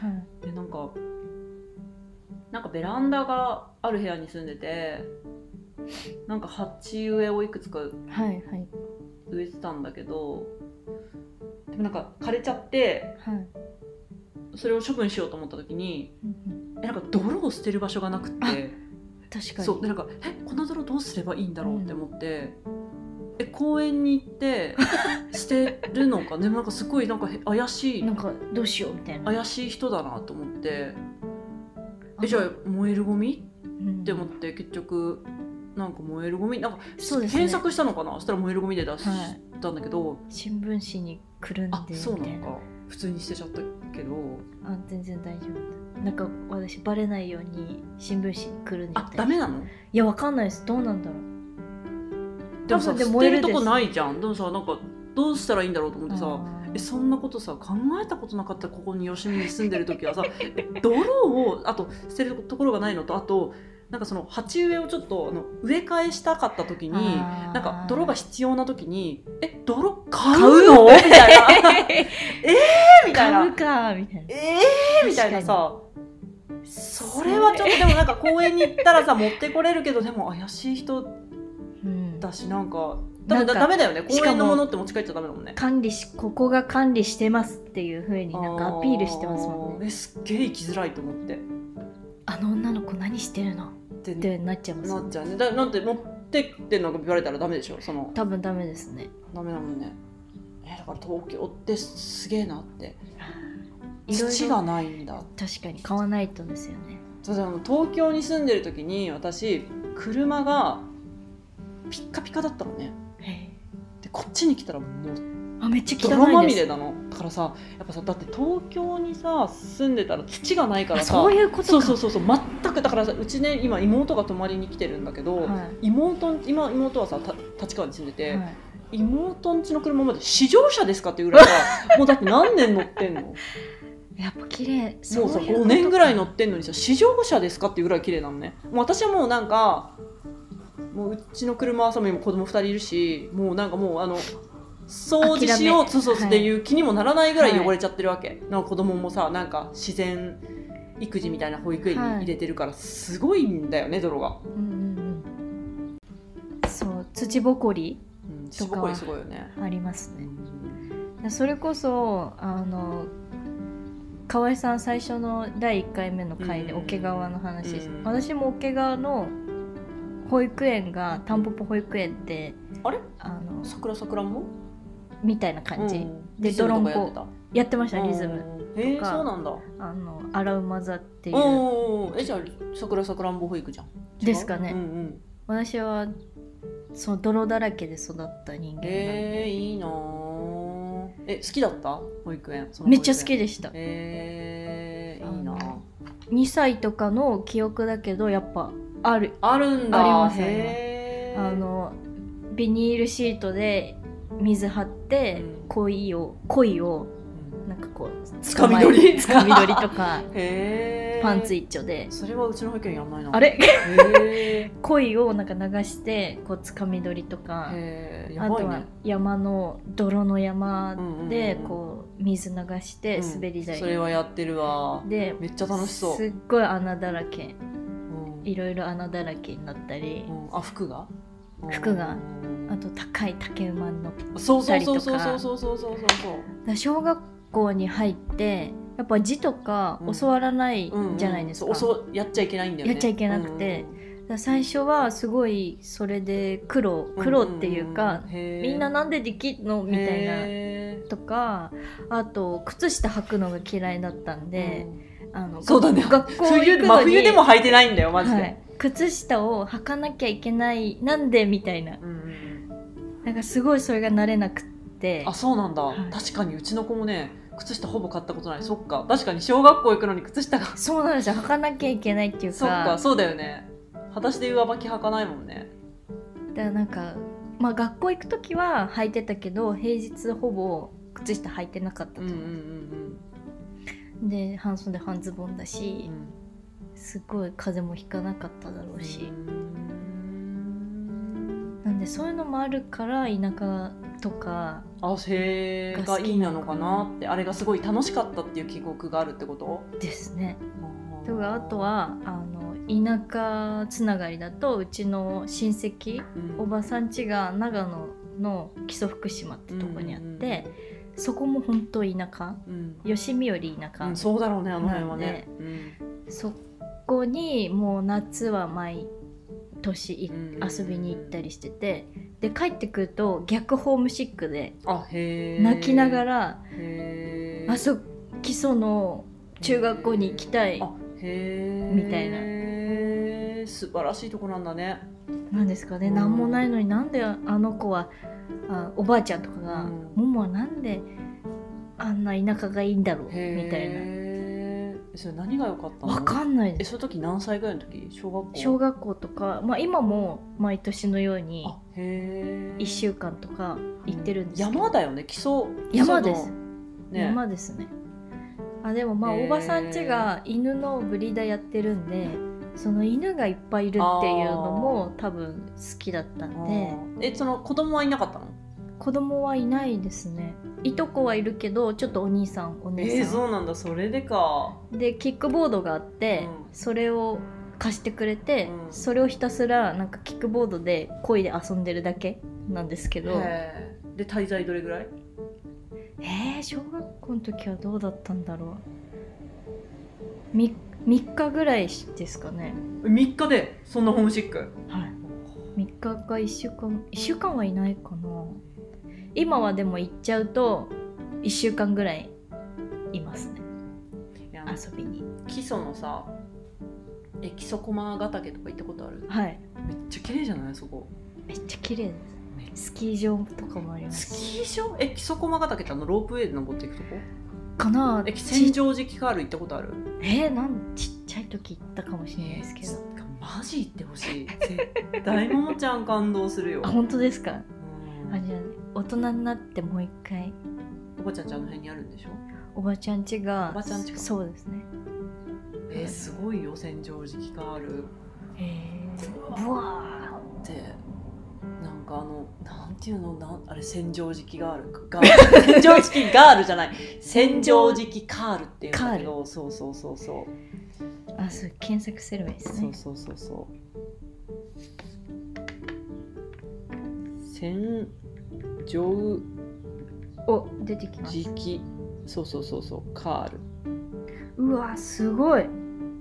でなんかなんかベランダがある部屋に住んでて、なんか鉢植えをいくつかはいはい植えてたんだけど、でもなんか枯れちゃってはい。 それを処分しようと思った時に、 うんうん、 えなんか泥を捨てる場所がなくって、 確かに。 そうでなんかえこの泥どうすればいいんだろうって思って、うん、え公園に行って捨てるのかでもなんかすごいなんか怪しいなんかどうしようみたいな怪しい人だなと思って、えじゃあ燃えるゴミ、うん、って思って結局なんか燃えるゴミなんか、そうですね、検索したのかな、そしたら燃えるゴミで出したんだけど、はい、 新聞紙にくるんでみたいな。 あそうなのか普通に捨てちゃったけど、 あ全然大丈夫。なんか私バレないように新聞紙にくるんでたり。 あダメなの？ いやわかんないです。どうなんだろう。 でもさ捨てるとこないじゃん。でもさなんかどうしたらいいんだろうと思ってさ、えそんなことさ考えたことなかった。ここに吉見に住んでる時はさ泥をあと捨てるところがないのと、あとなんかその鉢植えをちょっとあの植え替えしたかった時になんか泥が必要な時にえ泥買うのみたいなえーみたいな買うかみたいなえーみたいなさ、それはちょっとでもなんか公園に行ったらさ持ってこれるけどでも怪しい人だしなんか多分ダメだよね。公園のものって持ち帰っちゃダメだもんね。 管理しここが管理してますっていう風になんかアピールしてますもんね。 えすっげえ生きづらいと思って、 あの女の子何してるのってなっちゃいますなっちゃうね。だなんて持ってってんのか言われたらダメでしょ。その多分ダメですね。 ダメだもんね。えだから東京ってすげえなって。土がないんだ。 確かに買わないとですよね。 そうだ東京に住んでる時に私車がピッカピカだったのね。でこっちに来たらもうあめっちゃ汚いです。 泥まみれなの。だからさやっぱさだって東京にさ住んでたら土がないからさ、 そういうことか。 そうそうそうそう全くだからさうちね今妹が泊まりに来てるんだけど、はい、妹今妹はさ立川に住んでて、はい、妹ん家の車まで試乗車ですかっていうぐらいさもうだって何年乗ってんのやっぱ綺麗。 もうさごねんぐらい乗ってんのにさ試乗車ですかっていうぐらい綺麗なのね。もう私はもうなんかもううちの車はさもう子供ふたりいるしもうなんかもうあの掃除しようそうそうっていう気にもならないぐらい汚れちゃってるわけ、はい、なんか子供もさなんか自然育児みたいな保育園に入れてるからすごいんだよね、はい、泥が、うんうん、 そう土ぼこりとかはありますね、うん、それこそあの河合さん最初のだいいっかいめの回で桶川の話です、うん、私も桶川の保育園がタンポポ保育園ってあれあの桜桜もみたいな感じ、うん、でドロンコやってました。リズムへえそうなんだ。 あの荒馬座っていうえじゃあ桜桜んぼ保育じゃんですかね、うんうん、私はその泥だらけで育った人間なんで。 えー、いいなえ好きだった保育園。 その保育園めっちゃ好きでした。 えー、いいなにさいとかの記憶だけどやっぱあるあるんだ。 ありますね。あのビニールシートで水張って、うん、鯉を鯉をなんかこうつかみ取りつかみ取りとかへパンツ一丁で。 それはうちの保育園やんないな。 あれへ鯉をなんか流してこうつかみ取りとか、 へやばいね、 あとは山の泥の山でこう水流して滑り台、 うん、それはやってるわ。でめっちゃ楽しそう。 すっごい穴だらけ、うん、いろいろ穴だらけになったり、 うん、あ服が服があと高い竹馬に乗ったりとか。 そうそうそうそうそうそうそうそうそう。 小学校に入ってやっぱ字とか教わらないじゃないですか、 うんうんうん、やっちゃいけないんだよね。 やっちゃいけなくて、うんうん、最初はすごいそれで苦労苦労っていうか、うんうん、みんななんでできんのみたいなとか、あと靴下履くのが嫌いだったんで、うん、あのそうだね、学校行くのに冬、真冬でも履いてないんだよマジで、はい、 靴下を履かなきゃいけないなんでみたいな、うんうん、なんかすごいそれが慣れなくて。 あそうなんだ、はい、確かにうちの子もね靴下ほぼ買ったことない。そっか確かに小学校行くのに靴下がそうなんですよ、履かなきゃいけないっていうか。 そっかそうだよね、裸足で上履き履かないもんね。 だからなんかまあ学校行く時は履いてたけど平日ほぼ靴下履いてなかったと思う、うんうんうん、で半袖半ズボンだし、うん、すごい風邪もひかなかっただろうし、うん、なんでそういうのもあるから田舎とかあへーがいいなのかなって、あれがすごい楽しかったっていう記憶があるってことですね。とかあとはあの田舎つながりだとうちの親戚、うん、おばさん家が長野の木曽福島ってとこにあって、うんうんうん、そこも本当田舎、うん、吉見より田舎、 うん、そうだろうねあの辺はね、 うん、そこにもう夏は毎年、うん、遊びに行ったりしてて、で帰ってくると逆ホームシックで泣きながらへあそ基礎の中学校に行きたいへみたいな。 素晴らしいとこなんだね。 なんですかね、うん、何もないのになんであの子はあおばあちゃんとかが、うん、ももはなんであんな田舎がいいんだろうみたいな。 それ何が良かったの？ わかんないです。 えその時何歳ぐらいの時？小学校？ 小学校とか、まあ、今も毎年のようにいっしゅうかんとか行ってるんですけど、 うん、山だよね基礎山です、ね、山ですね。あでもまあおばさん家が犬のブリーダーやってるんでその犬がいっぱいいるっていうのも多分好きだったんで。 えその子供はいなかったの？ 子供はいないですね。いとこはいるけどちょっとお兄さんお姉さん、 えー、そうなんだ。それでか。 でキックボードがあって、うん、それを貸してくれて、うん、それをひたすらなんかキックボードで漕いで遊んでるだけなんですけど。 へーで滞在どれぐらい？ えー、小学校の時はどうだったんだろう。 3, 3日ぐらいですかね。 みっかでそんなホームシック？はい。 みっかかいっしゅうかんいっしゅうかんはいないかな。今はでも行っちゃうといっしゅうかんぐらいいますね。遊びに。 木曽のさえ木曽駒ヶ岳とか行ったことある？ はい。 めっちゃ綺麗じゃないそこ？ めっちゃ綺麗です。スキー場とかもあります。 スキー場？え木曽駒ヶ岳ってあのロープウェイで登っていくとこかな。 え千畳敷カール行ったことある？ えー、なんちっちゃい時行ったかもしれないですけど、 えー、マジ行ってほしい。絶対ももちゃん感動するよ。 あ本当ですか？うん、あじゃあ大人になってもう一回。 おばちゃんちあの辺にあるんでしょ？ おばちゃん家が。 おばちゃん家か。 そうですね。 えー、すごいよ千畳敷カール。 へーブワーってなんかあのなんていうのなんあれ千畳敷ガールガール千畳敷ガールじゃない千畳敷カールっていうんだけど、そうそうそうそう。 あそう検索すればいいですね。 そうそうそうそう。千畳お出てきます。 敷そうそうそうそうカール。 うわすごい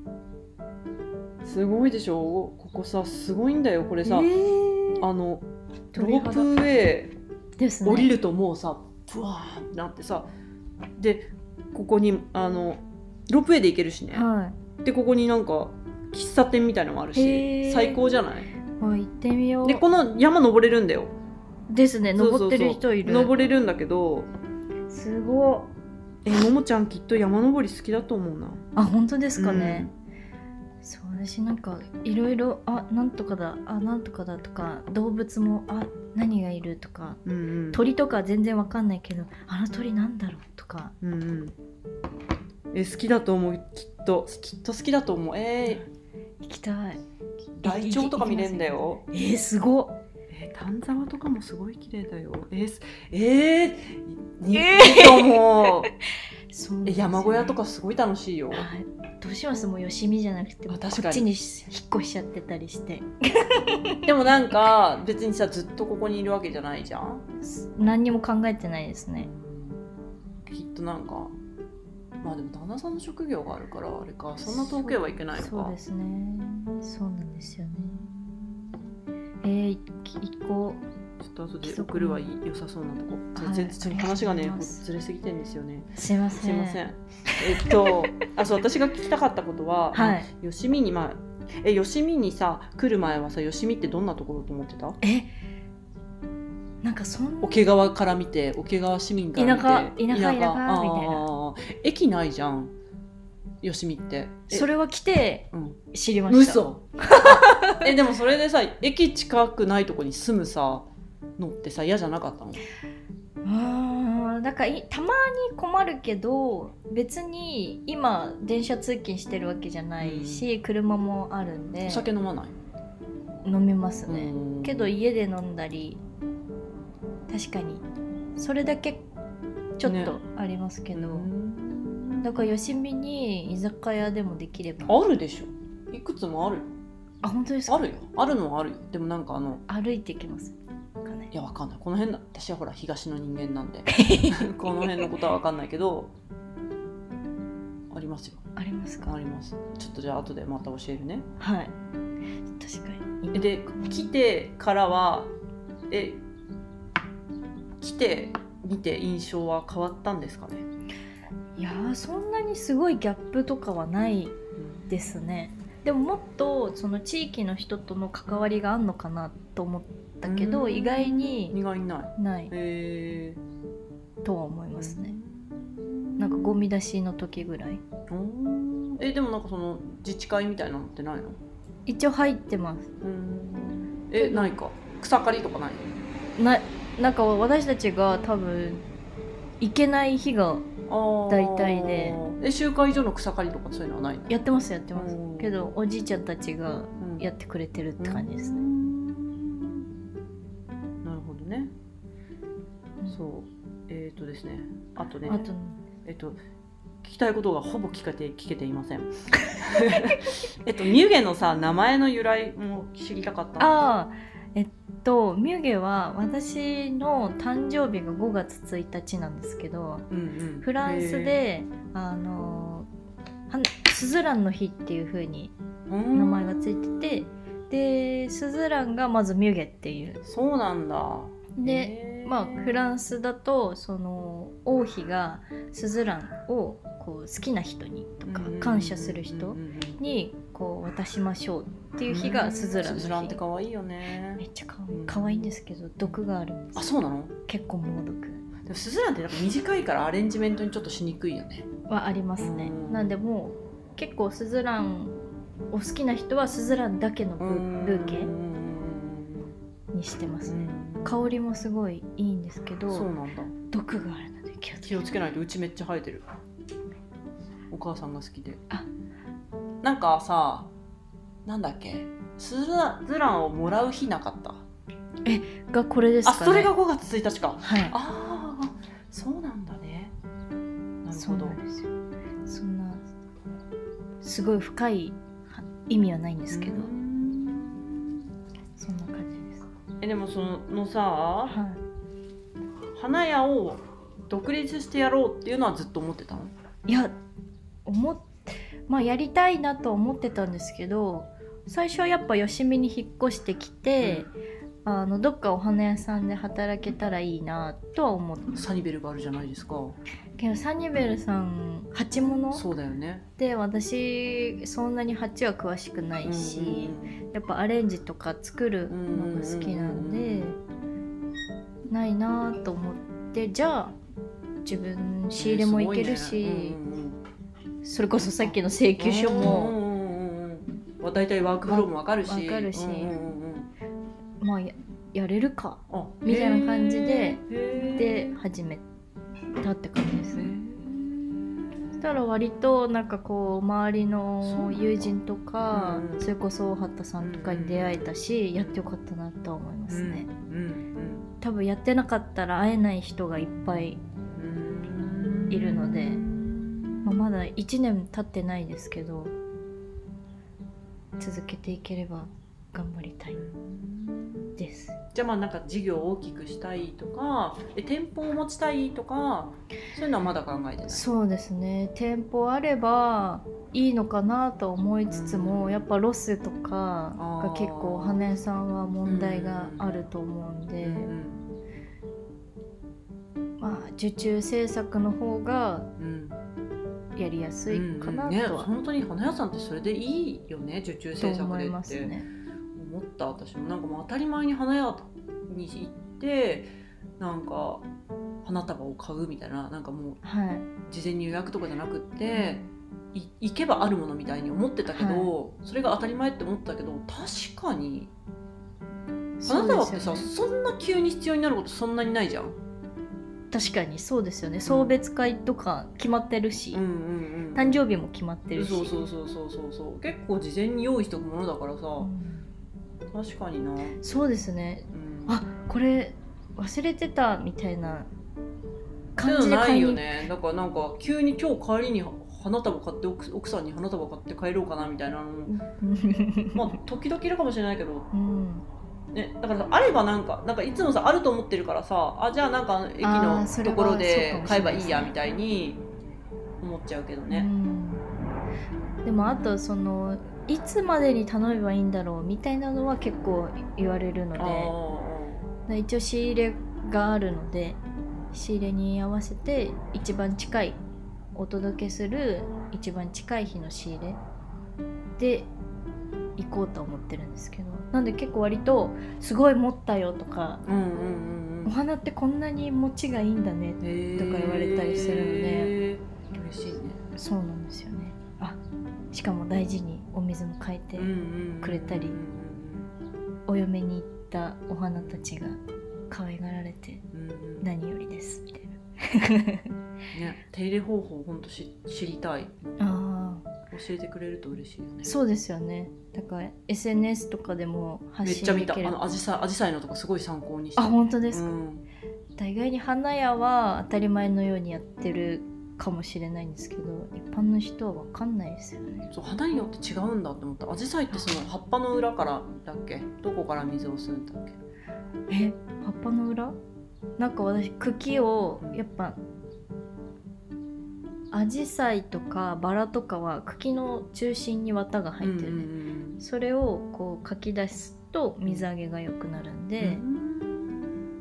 すごいでしょ。ここさすごいんだよこれさ、えー、あのロープウェイですね。降りるともうさブワーってなってさでここにあのロープウェイで行けるしね、はい、でここになんか喫茶店みたいなのもあるし最高じゃない？ あ行ってみよう。 でこの山登れるんだよ。 ですね登ってる人いる。 そうそうそう登れるんだけどすごい。えももちゃんきっと山登り好きだと思うな。 あ本当ですかね、うん、そう私なんかいろいろあなんとかだあなんとかだとか動物もあ何がいるとか、うんうん、鳥とか全然わかんないけどあの鳥なんだろうとか、 うんうん、え好きだと思う。きっときっと好きだと思う。えー、行きたい。 ライチョウとか見れるんだよ。 えー、すごっ。 えー、丹沢とかもすごい綺麗だよ。えー、えー、にえー、もそうね、山小屋とかすごい楽しいよ。 どうしますもうよしみじゃなくてもこっちに引っ越しちゃってたりしてでもなんか別にさずっとここにいるわけじゃないじゃん。 何にも考えてないですね。 きっとなんかまあでも旦那さんの職業があるからあれかそんな遠くへはいけないのか。 そうですねそうなんですよね。えー、行こう。 ちょっと後で送るは良さそうなとこ。はい、全然話がねずれすぎてんですよね。 すいません。 すいません。えっとあそう私が聞きたかったことは、はい、よしみにまあえよしみにさ来る前はさよしみってどんなところと思ってた？ えなんかそん桶川から見て桶川市民から見て田舎田舎田舎みたいな。 駅ないじゃんよしみって。 それは来て知りました。 嘘えでもそれでさ駅近くないとこに住むさのってさ嫌じゃなかったの？ あーだからいたまに困るけど別に今電車通勤してるわけじゃないし、うん、車もあるんで。 お酒飲まない？ 飲みますね。けど家で飲んだり確かにそれだけちょっとありますけど、ね、だからよしみに居酒屋でもできれば。 あるでしょ、いくつもあるよ。 あ、本当ですか？ あるよ、あるのはあるよ。でもなんかあの歩いていけますかね。 いやわかんない、この辺だ、私はほら東の人間なんでこの辺のことはわかんないけどありますよ。 ありますか？ あります。ちょっとじゃあ後でまた教えるね。 はい、確かに。 で来てからはえ来てみて印象は変わったんですかね？ いやーそんなにすごいギャップとかはないですね、うん、でももっとその地域の人との関わりがあんのかなと思ったけど、意外に意外にないないへとは思いますね。なんかゴミ出しの時ぐらい。 えでもなんかその自治会みたいなのってないの？ 一応入ってます。 うんえないか、草刈りとかないの？ ななんか私たちが多分行けない日が大体で。 え集会所の草刈りとかそういうのはないの？ やってますやってますけどおじいちゃんたちがやってくれてるって感じですね、うん、 なるほどね、うん、そうえっ、ー、とですねあとねあとえっ、ー、と聞きたいことがほぼ聞けて聞けていませんえっとミュゲのさ名前の由来も知りたかった。 ああえっとミュゲは私の誕生日がごがつついたちなんですけど、うんうん、フランスであのスズランの日っていう風に名前がついてて、でスズランがまずミュゲっていう。 そうなんだ。 でまあフランスだとその王妃がスズランをこう好きな人にとか感謝する人にこう渡しましょうっていう日がスズランの日。 スズランって可愛いよね。 めっちゃ可愛いんですけど毒があるんです。 あ、そうなの？ 結構猛毒。 でもスズランってなんか短いからアレンジメントにちょっとしにくいよね。 はありますね。なんでもう結構スズランを好きな人はスズランだけのブーケにしてますね。香りもすごいいいんですけど、 そうなんだ。 毒があるので気をつけ気をつけないと。うちめっちゃ生えてる。お母さんが好きで。 あ、 なんかさ、なんだっけ、スズランをもらう日なかった？ え、がこれですかね。 あ、それがごがつついたちか。 はい。 ああ、そうなんだね。なるほど。 そうなんですよ。そんなすごい深い意味はないんですけど、そんな感じです。 え、でもそのさ、 はい、 花屋を独立してやろうっていうのはずっと思ってたの？ いや、思っまあやりたいなと思ってたんですけど、最初はやっぱ吉見に引っ越してきて、うん、あのどっかお花屋さんで働けたらいいなとは思って。 サニベルがあるじゃないですか。 けどサニベルさん鉢物そうだよね。 で私そんなに鉢は詳しくないし、うんうん、やっぱアレンジとか作るのが好きなんで、うんうんうん、ないなと思って、じゃあ自分仕入れもいけるし、ね、うんうん、それこそさっきの請求書も、うんうんうん、だいたいワークフローも分かるし、 分かるし、うんうんうん、まあ や, やれるかみたいな感じでで始めたって感じですね。そしたら割となんかこう周りの友人とか そ, それこそ大畑さんとかに出会えたし、やってよかったなとは思いますね、うんうんうん、多分やってなかったら会えない人がいっぱいいるので、まあ、まだいちねん経ってないですけど続けていければ頑張りたいです。 じゃあまあなんか事業を大きくしたいとか、え店舗を持ちたいとか、そういうのはまだ考えてない？ そうですね、店舗あればいいのかなと思いつつも、うん、やっぱロスとかが結構お花屋さんは問題があると思うんで、うんうん、まあ受注制作の方がやりやすいかなとは、うんうんね、 本当に花屋さんってそれでいいよね、受注制作でって。 思いますね。 思った私も。なんかもう当たり前に花屋に行ってなんか花束を買うみたいな、なんかもう事前に予約とかじゃなくって、はい、い行けばあるものみたいに思ってたけど、はい、それが当たり前って思ったけど、確かに花束ってさ、 そうですよね、 そんな急に必要になることそんなにないじゃん。 確かにそうですよね。送別会とか決まってるし、 うんうんうん、 誕生日も決まってるし、 そうそうそうそうそうそう、結構事前に用意しておくものだからさ、 うん、 確かにな。 そうですね、 うん、 あ、これ忘れてたみたいな感感じじで買いにないよね。だからなんか急に今日帰りに花束買って奥奥さんに花束買って帰ろうかなみたいなのもまあ時々いるかもしれないけど、 うんね、だからさ、あればなんかなんかいつもさあると思ってるからさ、あ、じゃあなんか駅のあーそれはところでそうかもし買えばれないですねいいやみたいに思っちゃうけどね。 うん、でもあとそのいつまでに頼めばいいんだろうみたいなのは結構言われるのあで、一応仕入れがあるので、仕入れに合わせて一番近い、お届けする一番近い日の仕入れで行こうと思ってるんですけど、なんで結構割とすごい持ったよとか、 うんうんうんうん、 お花ってこんなに持ちがいいんだねとか言われたりするので、 嬉しいね。 そうなんですよね。あ、しかも大事にお水も変えてくれたり、お嫁に行ったお花たちが可愛がられて何よりですみたいな。 ね、手入れ方法ほんとし知りたい。 ああ、 教えてくれると嬉しいよね。 そうですよね。だから エスエヌエス とかでもめ発っちゃ見た。 信できる。 あのアジサイアジサイのとかすごい参考にして。 あ、本当ですか。 うん、 大概に花屋は当たり前のようにやってるかもしれないんですけど、一般の人は分かんないですよね。 そう、花によって違うんだって思った。アジサイってその葉っぱの裏からだっけ、どこから水を吸うんだっけ。 え、葉っぱの裏？なんか私茎をやっぱアジサイとかバラとかは茎の中心に綿が入ってるね、 うんうんうん、 それをこうかき出すと水揚げが良くなるんで、うん、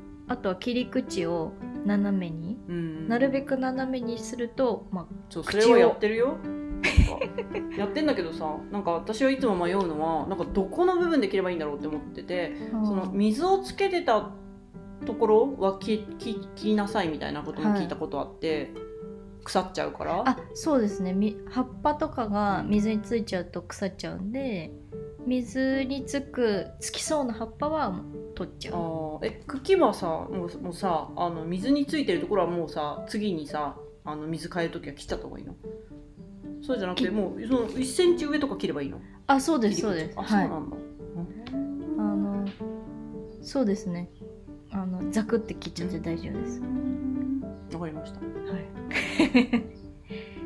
あとは切り口を斜めに、うん、なるべく斜めにすると、まあ、 そう、それをやってるよ。やってんだけどさ、なんか私はいつも迷うのは、なんかどこの部分で切ればいいんだろうって思ってて、その水をつけてたところは切りなさいみたいなことも聞いたことあって、はい、腐っちゃうから。 あ、そうですね。葉っぱとかが水についちゃうと腐っちゃうんで、水につくつきそうな葉っぱはもう取っちゃう。 あ、え、茎はさ、もう、もうさ、あの水についてるところはもうさ、次にさ、あの水変えるときは切っちゃった方がいいの？そうじゃなくて、もうそのいっセンチ上とか切ればいいの？あ、そうですそうです。あ、そうなんだ。はい、 あのそうですね。あのザクって切っちゃって大丈夫です。 わかりました。 はい。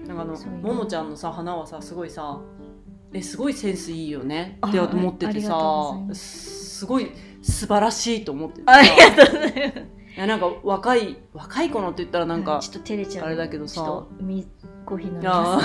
なんかあのももちゃんのさ花はさ、すごいさ、え、すごいセンスいいよねって思っててさ、すごい素晴らしいと思っててさ。ありがとうございます。いや、なんか若い若い子のって言ったらなんか、 ちょっと照れちゃう。 あれだけどさ、ちょっとコーヒー飲みます。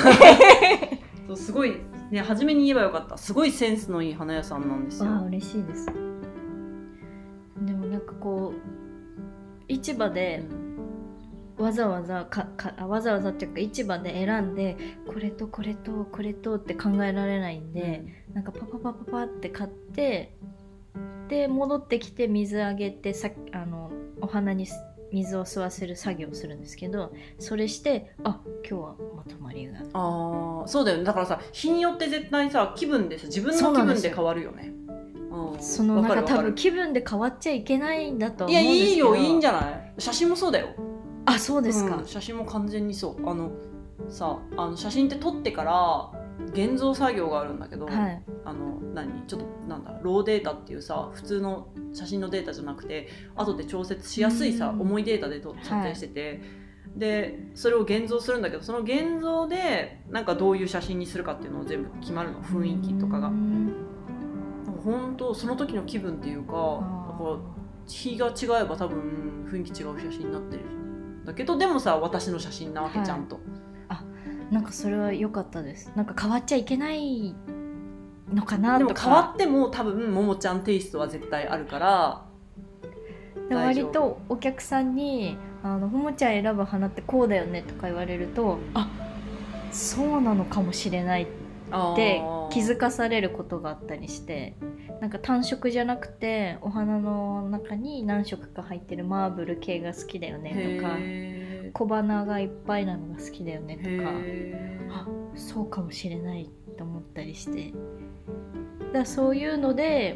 すごいね、初めに言えばよかった。すごいセンスのいい花屋さんなんですよ。 あ、嬉しいです。でもなんかこう市場でわざわざかかわざわざっていうか市場で選んでこれとこれとこれとって考えられないんで、うん、なんかパパパパパって買ってで戻ってきて水あげてさあのお花に水を吸わせる作業をするんですけど、それしてあ今日はまとまりがああ、そうだよね。だからさ、日によって絶対さ気分でさ自分の気分で変わるよね。 そのなんか多分気分で変わっちゃいけないんだと思うんですけど。 いや、いいよ、いいんじゃない？写真もそうだよ。 あ、そうですか。 うん、写真も完全にそう。あのさ、あの写真って撮ってから現像作業があるんだけど、はい、あの何ちょっとなんだローデータっていうさ、普通の写真のデータじゃなくて後で調節しやすいさ、重いデータで撮影してて、はい、でそれを現像するんだけど、その現像でなんかどういう写真にするかっていうのを全部決まるの、雰囲気とかが。本当その時の気分っていうか、だから日が違えば多分雰囲気違う写真になってるだけど、でもさ私の写真なわけ、はい、ちゃんと。あ、 なんかそれは良かったです。なんか変わっちゃいけないのかなとか。 でも変わっても多分ももちゃんテイストは絶対あるから。 で割とお客さんにあのももちゃん選ぶ花ってこうだよねとか言われると、あ、そうなのかもしれないって気づかされることがあったりして、なんか単色じゃなくてお花の中に何色か入ってるマーブル系が好きだよねとか、小花がいっぱいなのが好きだよねとか、あ、そうかもしれないと思ったりして、だからそういうので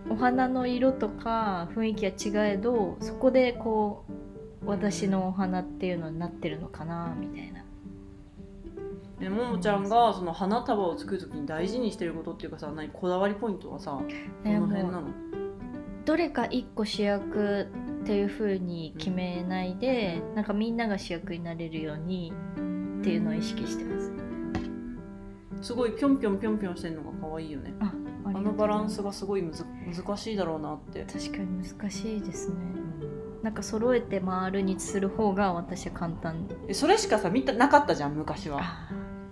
お花の色とか雰囲気が違えど、そこでこう私のお花っていうのになってるのかなみたいな。 えももちゃんがその花束を作るときに大事にしてることっていうかさ、何こだわりポイントはさ、どの辺なの？ どれか一個主役っていう風に決めないで、うん、なんかみんなが主役になれるようにっていうのを意識してます。 すごいぴょんぴょんぴょんぴょんしてるのが可愛いよね。 あ、ああのバランスがすごいむず難しいだろうなって。 確かに難しいですね、うん、なんか揃えて回るにする方が私は簡単。 えそれしかさ見たなかったじゃん昔は。 あ、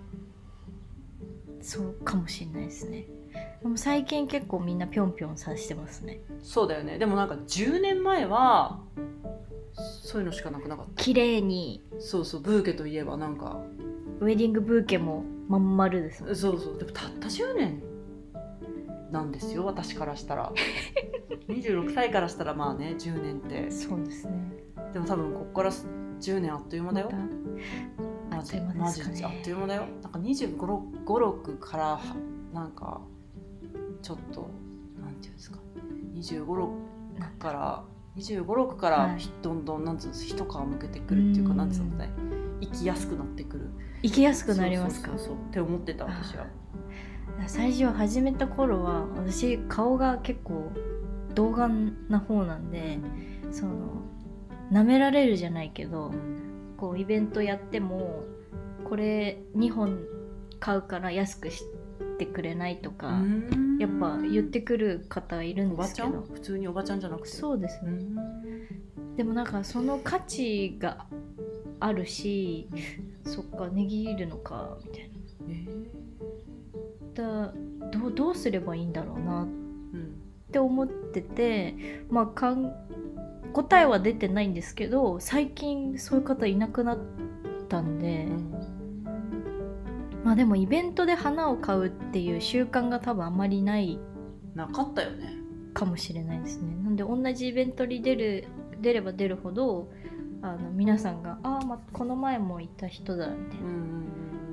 そうかもしれないですね。でも最近結構みんなぴょんぴょんさしてますね。 そうだよね。でもなんかじゅうねんまえはそういうのしかなくなかった。 綺麗に。 そうそう、ブーケといえばなんかウェディングブーケもまん丸ですもん。 そうそう。でもたったじゅうねんなんですよ、私からしたら。にじゅうろくさいからしたらまあね、じゅうねんって。 そうですね。 でも多分こっからじゅうねんあっという間だよ。 ま、マジマジあっという間だよ。なんかにじゅうご、ろくからなんかちょっとなんていうんですか、にじゅうご、ろくからにじゅうご、ろくから、はい、どんどんなんつうの一皮むけてくるっていうか、なんつうのね、生きやすくなってくる。 生きやすくなりますか？ そうそうそうそうって思ってた私は。 最初始めた頃は私顔が結構童顔な方なんで、その舐められるじゃないけど、こうイベントやってもこれにほん買うから安くしてくれないとかやっぱ言ってくる方いるんですけど。 おばちゃん？普通におばちゃんじゃなくて。 そうですね。でもなんかその価値があるし、そっか値切るのかみたいな、えー、だどう、どうすればいいんだろうなって思ってて、まあかん答えは出てないんですけど、最近そういう方いなくなったんで、うん、まあでもイベントで花を買うっていう習慣が多分あんまりないなかったよねかもしれないですね。なんで同じイベントに出る出れば出るほどあの皆さんがああ、ま、この前もいた人だみたいな、うん、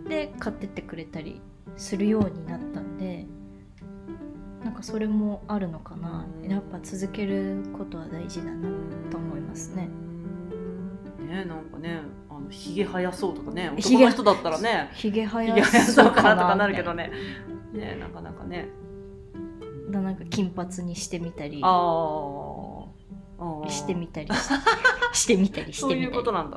で買ってってくれたりするようになったんで、なんかそれもあるのかな、うん、やっぱ続けることは大事だなと思いますね。 ね、なんかね、あのひげ生やそうとかね、男の人だったらねひげ生やそうかなとかなるけどね、 ね、なかなかね、 だなんか金髪にしてみたり、 ああしてみたりし, してみたりしてみたりそういうことなんだ。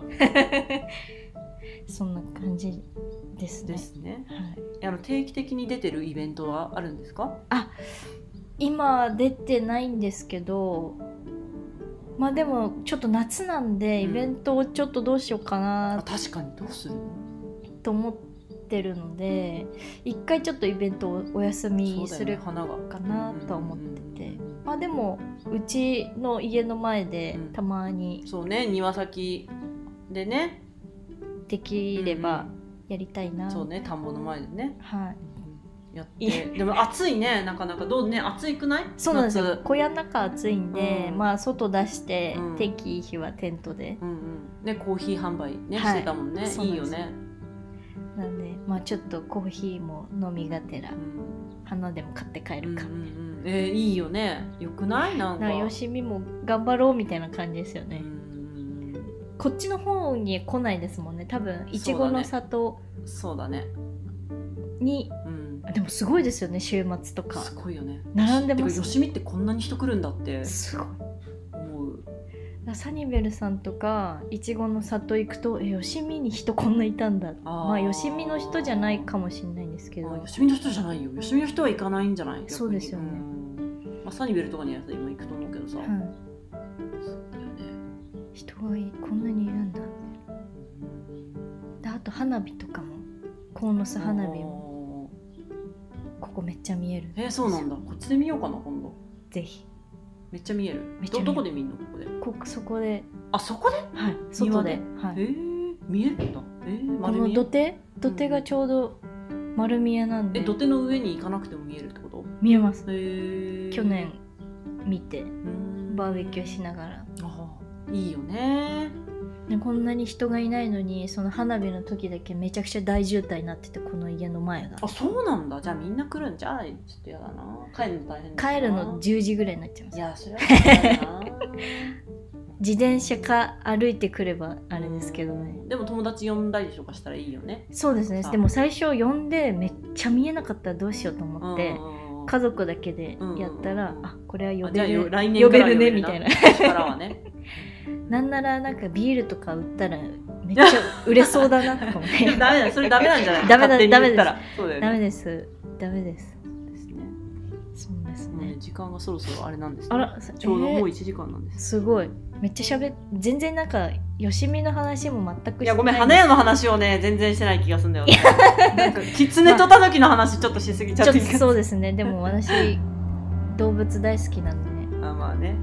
そんな感じですね。 ですね。はい、あの定期的に出てるイベントはあるんですか？ あ、今出てないんですけど、まあでもちょっと夏なんでイベントをちょっとどうしようかな、 うん、あ確かにどうするのと思ってるので、一回ちょっとイベントをお休みするかなと思ってて、まあでもうちの家の前でたまに、 うん、そうね、庭先でねできればやりたいな、 うんうん、そうね、田んぼの前でね、 はい、 やってでも暑いね、なかなかどうね、暑いくない？ そうなんですよ、小屋の中暑いんで、うん、まあ外出して、うん、天気いい日はテントで、 うんうんね、コーヒー販売ね、はい、してたもんね。いいよね。 なんでまあちょっとコーヒーも飲みがてら、うん、花でも買って帰るか、うんうんうん、 えー、いいよね、よくない？なんかよしみも頑張ろうみたいな感じですよね。うん、こっちの方に来ないですもんね、多分いちごの里そうだねに、うん、でもすごいですよね、週末とかすごいよね、 並んでます。 よしみってこんなに人来るんだってすごい思う。 サニベルさんとかいちごの里行くと、えよしみに人こんないたんだ。あ、まあよしみの人じゃないかもしれないんですけど、 よしみの人じゃないよ、よしみの人は行かないんじゃない？ そうですよね、 まあ、サニベルとかには今行くと思うけどさ、はい、そうだよね、 人がこんなにいるんだ。であと花火とかも、鴻巣花火もここめっちゃ見える。 えー、そうなんだ、こっちで見ようかな今度。ぜひ。 めっちゃ見える。めっちゃ見える。 ど, どこで見んの？ここで。 こそこで。 あ、そこで？ はい。外で。はい。 えー、見えるんだ。えー、 丸見え。この土手土手がちょうど丸見えなんで。 え、土手の上に行かなくても見えるってこと？ 見えます。 へー。 去年見てバーベキューしながら。 あ、いいよね。 ね、こんなに人がいないのにその花火の時だけめちゃくちゃ大渋滞になってて、この家の前が。 あ、そうなんだ。じゃあみんな来るんじゃあちょっとやだな。帰るの大変だな。 帰るのじゅうじぐらいになっちゃいます。 いや、それは大変だな。 自転車か歩いてくればあれですけどね。 でも友達呼んだりとかしたらいいよね。 そうですね。でも最初呼んでめっちゃ見えなかったらどうしようと思って、家族だけでやったら、あ、これは呼べる、呼べるねみたいな。 力はね。 なんならなんかビールとか売ったらめっちゃ売れそうだなとかもね。 ダメだ、それダメなんじゃない？ ダメだ、ダメです。 そうだよね。 ダメです。ダメです。 ですね。 そうですね。 ね、時間がそろそろあれなんです、ね。 あら、 ちょうどもういちじかんなんです。 すごい。めっちゃしゃべ全然なんかよしみの話も全くしてない。 いやごめん、花屋の話をね全然してない気がするんだよね。なんか狐とタヌキの話ちょっとしすぎちゃって、 まあ、そうですね。でも私動物大好きなんでね。 あ、まあね。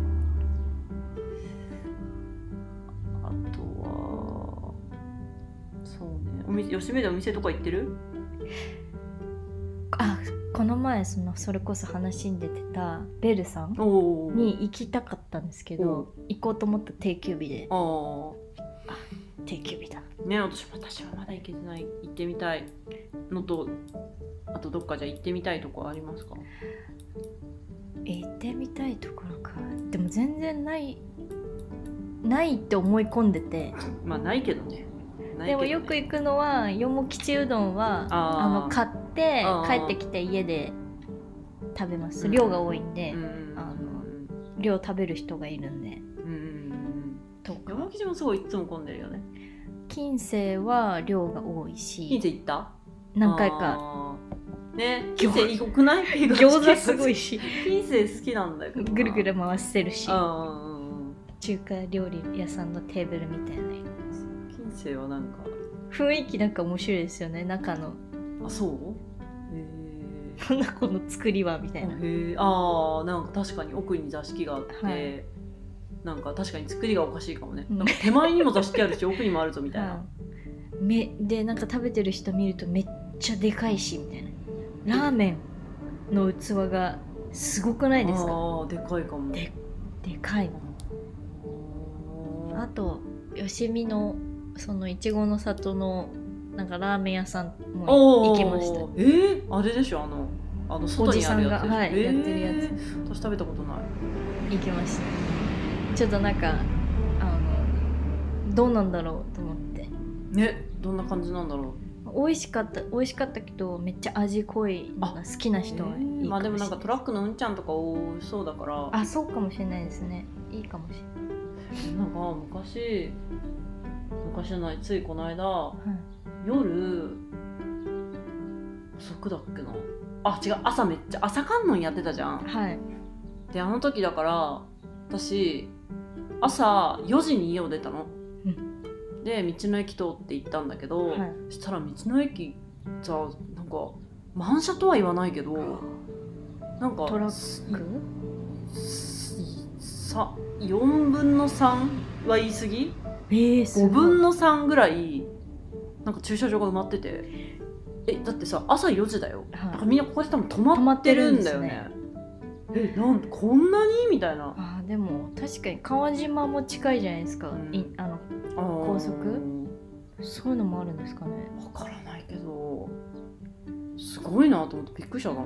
あとはそうね、お店、吉見でお店とか行ってる？ あ、この前そのそれこそ話に出てたベルさんに行きたかったんですけど、行こうと思った定休日で、ああ定休日だね。私私はまだ行けてない。行ってみたいのと、あとどっかじゃ行ってみたいとこありますか？ 行ってみたいところか。でも全然ないないって思い込んでて。 まあないけどね。 でもよく行くのはよも吉うどんは あ, あの買って帰ってきて家で食べます。量が多いんで、うん、あの量食べる人がいるんで、うん、 とかよも吉もすごいいつも混んでるよね。 金星は量が多いし。 金星行った？ 何回かね。金星行くない？ 餃子すごいし金星好きなんだけどぐるぐる回せるし、中華料理屋さんのテーブルみたいな。 金星はなんか雰囲気なんか面白いですよね、中の。 あ、そう？へえ。なんだこの作りはみたいな。 へえ。ああ、なんか確かに奥に座敷があって、はい、なんか確かに作りがおかしいかもね。なんか手前にも座敷あるし奥にもあるぞみたいな。はい、めでなんか食べてる人見るとめっちゃでかいしみたいな。ラーメンの器がすごくないですか？ ああ、でかいかも。 ででかいもん。あと吉見のそのいちごの里のなんかラーメン屋さんも行きました。 えー、あれでしょ、あのあの外にあるやつでしょ。 はい、えー、やってるやつ。 私食べたことない。 行きました。ちょっとなんかあのどうなんだろうと思って。 ね、どんな感じなんだろう。美味しかった美味しかったけどめっちゃ味濃いのが好きな人はいいかもしれない。 まあでもなんかトラックのうんちゃんとか多そうだから。 あ、そうかもしれないですね。いいかもしれない。 なんか昔昔じゃない、ついこの間、はい、夜遅くだっけなあ、違う、朝めっちゃ朝観音やってたじゃん。 はい。 であの時だから私朝よじに家を出たの、うん、で道の駅通って行ったんだけど、はい、そしたら道の駅じゃなんか満車とは言わないけどなんかトラックさよんぶんのさんは言い過ぎ、 えー、 ごぶんのさんぐらいなんか駐車場が埋まってて、えだってさ朝よじだよ、はい、だからみんなここで多分止まってるんだよね。えなんこんなにみたいな。 あでも確かに川島も近いじゃないですか、うん、あの高速そういうのもあるんですかね。 わからないけどすごいなと思ってびっくりしたな。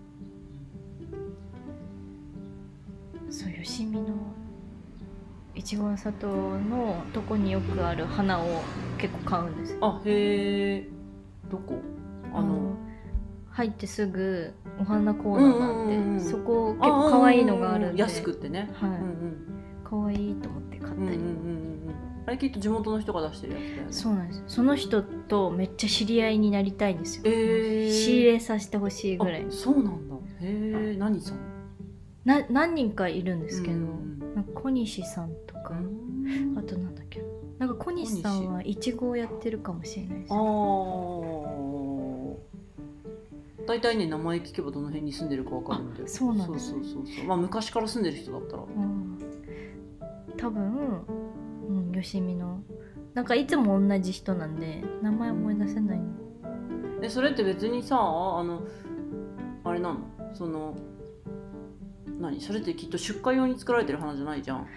そう吉見のいちごの里のとこによくある花を結構買うんです。 あへえ。どこ？ あの入ってすぐお花コーナーがあって、うんうんうん、そこ結構可愛いのがあるんで安くってね、 はい、うんうん、可愛いと思って買ったり、うんうんうん、 あれきっと地元の人が出してるやつだよね。 そうなんですよ。その人とめっちゃ知り合いになりたいんですよ、えー、仕入れさせてほしいぐらい。 そうなんだ。へえ。何さんな何人かいるんですけど、うん、なんか小西さんとか、うん、あとなんだっけなんか小西さんはいちごをやってるかもしれないです。あ大体ね名前聞けばどの辺に住んでるか分かるんで。 そうなんですね。 そうそうそうそう。まあ昔から住んでる人だったら、うん、 多分、うん、吉見のなんかいつも同じ人なんで名前思い出せないの。 えそれって別にさあのあれなのその何それってきっと出荷用に作られてる花じゃないじゃん。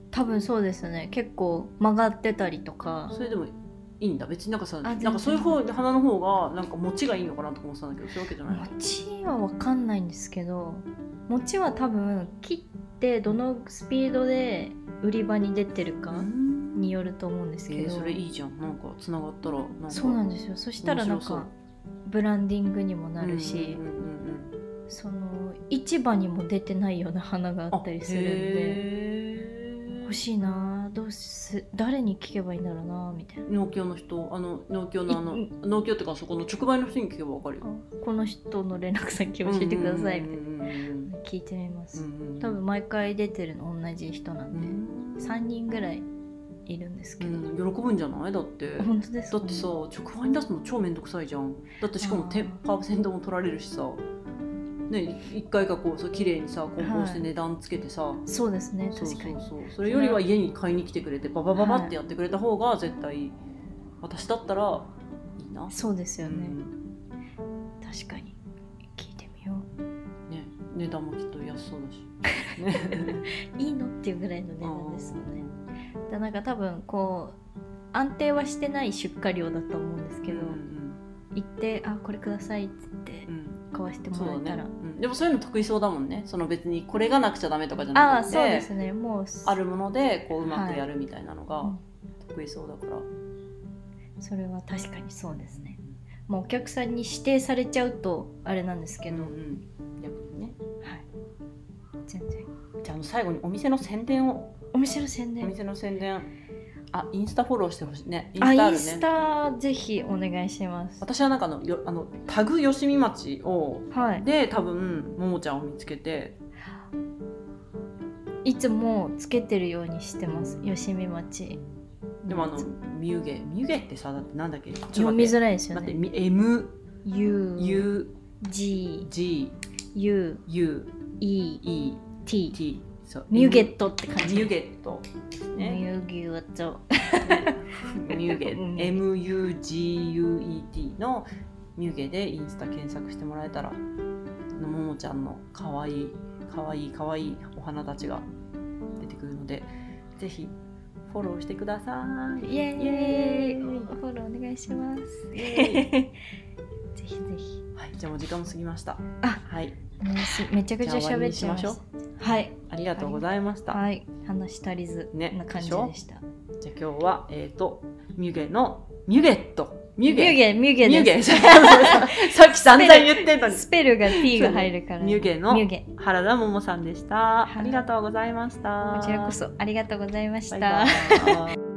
多分そうですね。結構曲がってたりとか。 それでもいいんだ。別になんかさ、 あなんかそういう方花の方がなんか持ちがいいのかなとか思ってたんだけど、そういうわけじゃない。 持ちは分かんないんですけど、持ちは多分切ってどのスピードで売り場に出てるかによると思うんですけど、 えー、それいいじゃん。なんかつながったらなんかそうなんですよ。そしたらなんかブランディングにもなるし、 うんうんうんうん、 その市場にも出てないような花があったりするんで、欲しいな、どうす誰に聞けばいいんだろうなみたいな。 農協の人、あの農協のあの農協ってかそこの直売の人に聞けばわかるよ。 この人の連絡先教えてくださいみたいな聞いてみます。 うんうん、 多分毎回出てるの同じ人なんで、うん、さんにんぐらいいるんですけど、 うん、喜ぶんじゃない？だって本当ですか、ね、 だってさ直売に出すの超めんどくさいじゃん。だってしかもパーセントも取られるしさ、ね、一回かこうそう綺麗にさ梱包して値段つけてさ、はい、 そうですね、 そうそうそう、 確かに。 それよりは家に買いに来てくれてババババってやってくれた方が絶対、はい、私だったらいいな。 そうですよね、 うん、 確かに聞いてみよう、 ね、値段もきっと安そうだし、 ね、いいのっていうぐらいの値段ですよね。だなんか多分こう安定はしてない出荷量だと思うんですけど、うんうん、行ってあこれくださいって言って、うん買わせてもらえたら、ね、 うん、でもそういうの得意そうだもんね。その別にこれがなくちゃダメとかじゃなくて、 あ、そうですね、もうあるものでこううまくやるみたいなのが得意そうだから、はい、 それは確かにそうですね。もうお客さんに指定されちゃうとあれなんですけど、うんうん、 逆にね、 はい、全然。 じゃあ、あの最後にお店の宣伝を。 お店の宣伝。 お店の宣伝。あ、インスタフォローしてほしいね。インスタあるね。 あ、 インスタぜひお願いします。 私はなんかのよあのタグ吉見町を、はい、で多分ももちゃんを見つけて、 いつもつけてるようにしてます。吉見町。 でもあのミュゲミュゲってさ、だってなんだっけ、 読みづらいですよね。 だって M U U G G U U E E T T ミュゲットって感じ。 ミュゲット、 ね、ミュゲットミュゲ エムユージーユーイーティー のミュゲでインスタ検索してもらえたら、ももちゃんのかわいいかわいいかわいいお花たちが出てくるので、ぜひフォローしてください。 イエーイ、イエーイ、フォローお願いします。ぜひぜひ。 はい、じゃあもう時間も過ぎました。 あ、 はい。 めちゃくちゃ喋っちゃいました。はい、 ありがとうございました。 はい、はい、話足りずな感じでした。 ね、じゃあ今日はえっ、ー、とミュゲのミュゲット。ミュゲミュゲミュゲミュゲさっき散々言ってたのにスペルが T が入るから、ね、 ミュゲの原田桃さんでした。ありがとうございました。 こちらこそありがとうございました。 バイバイ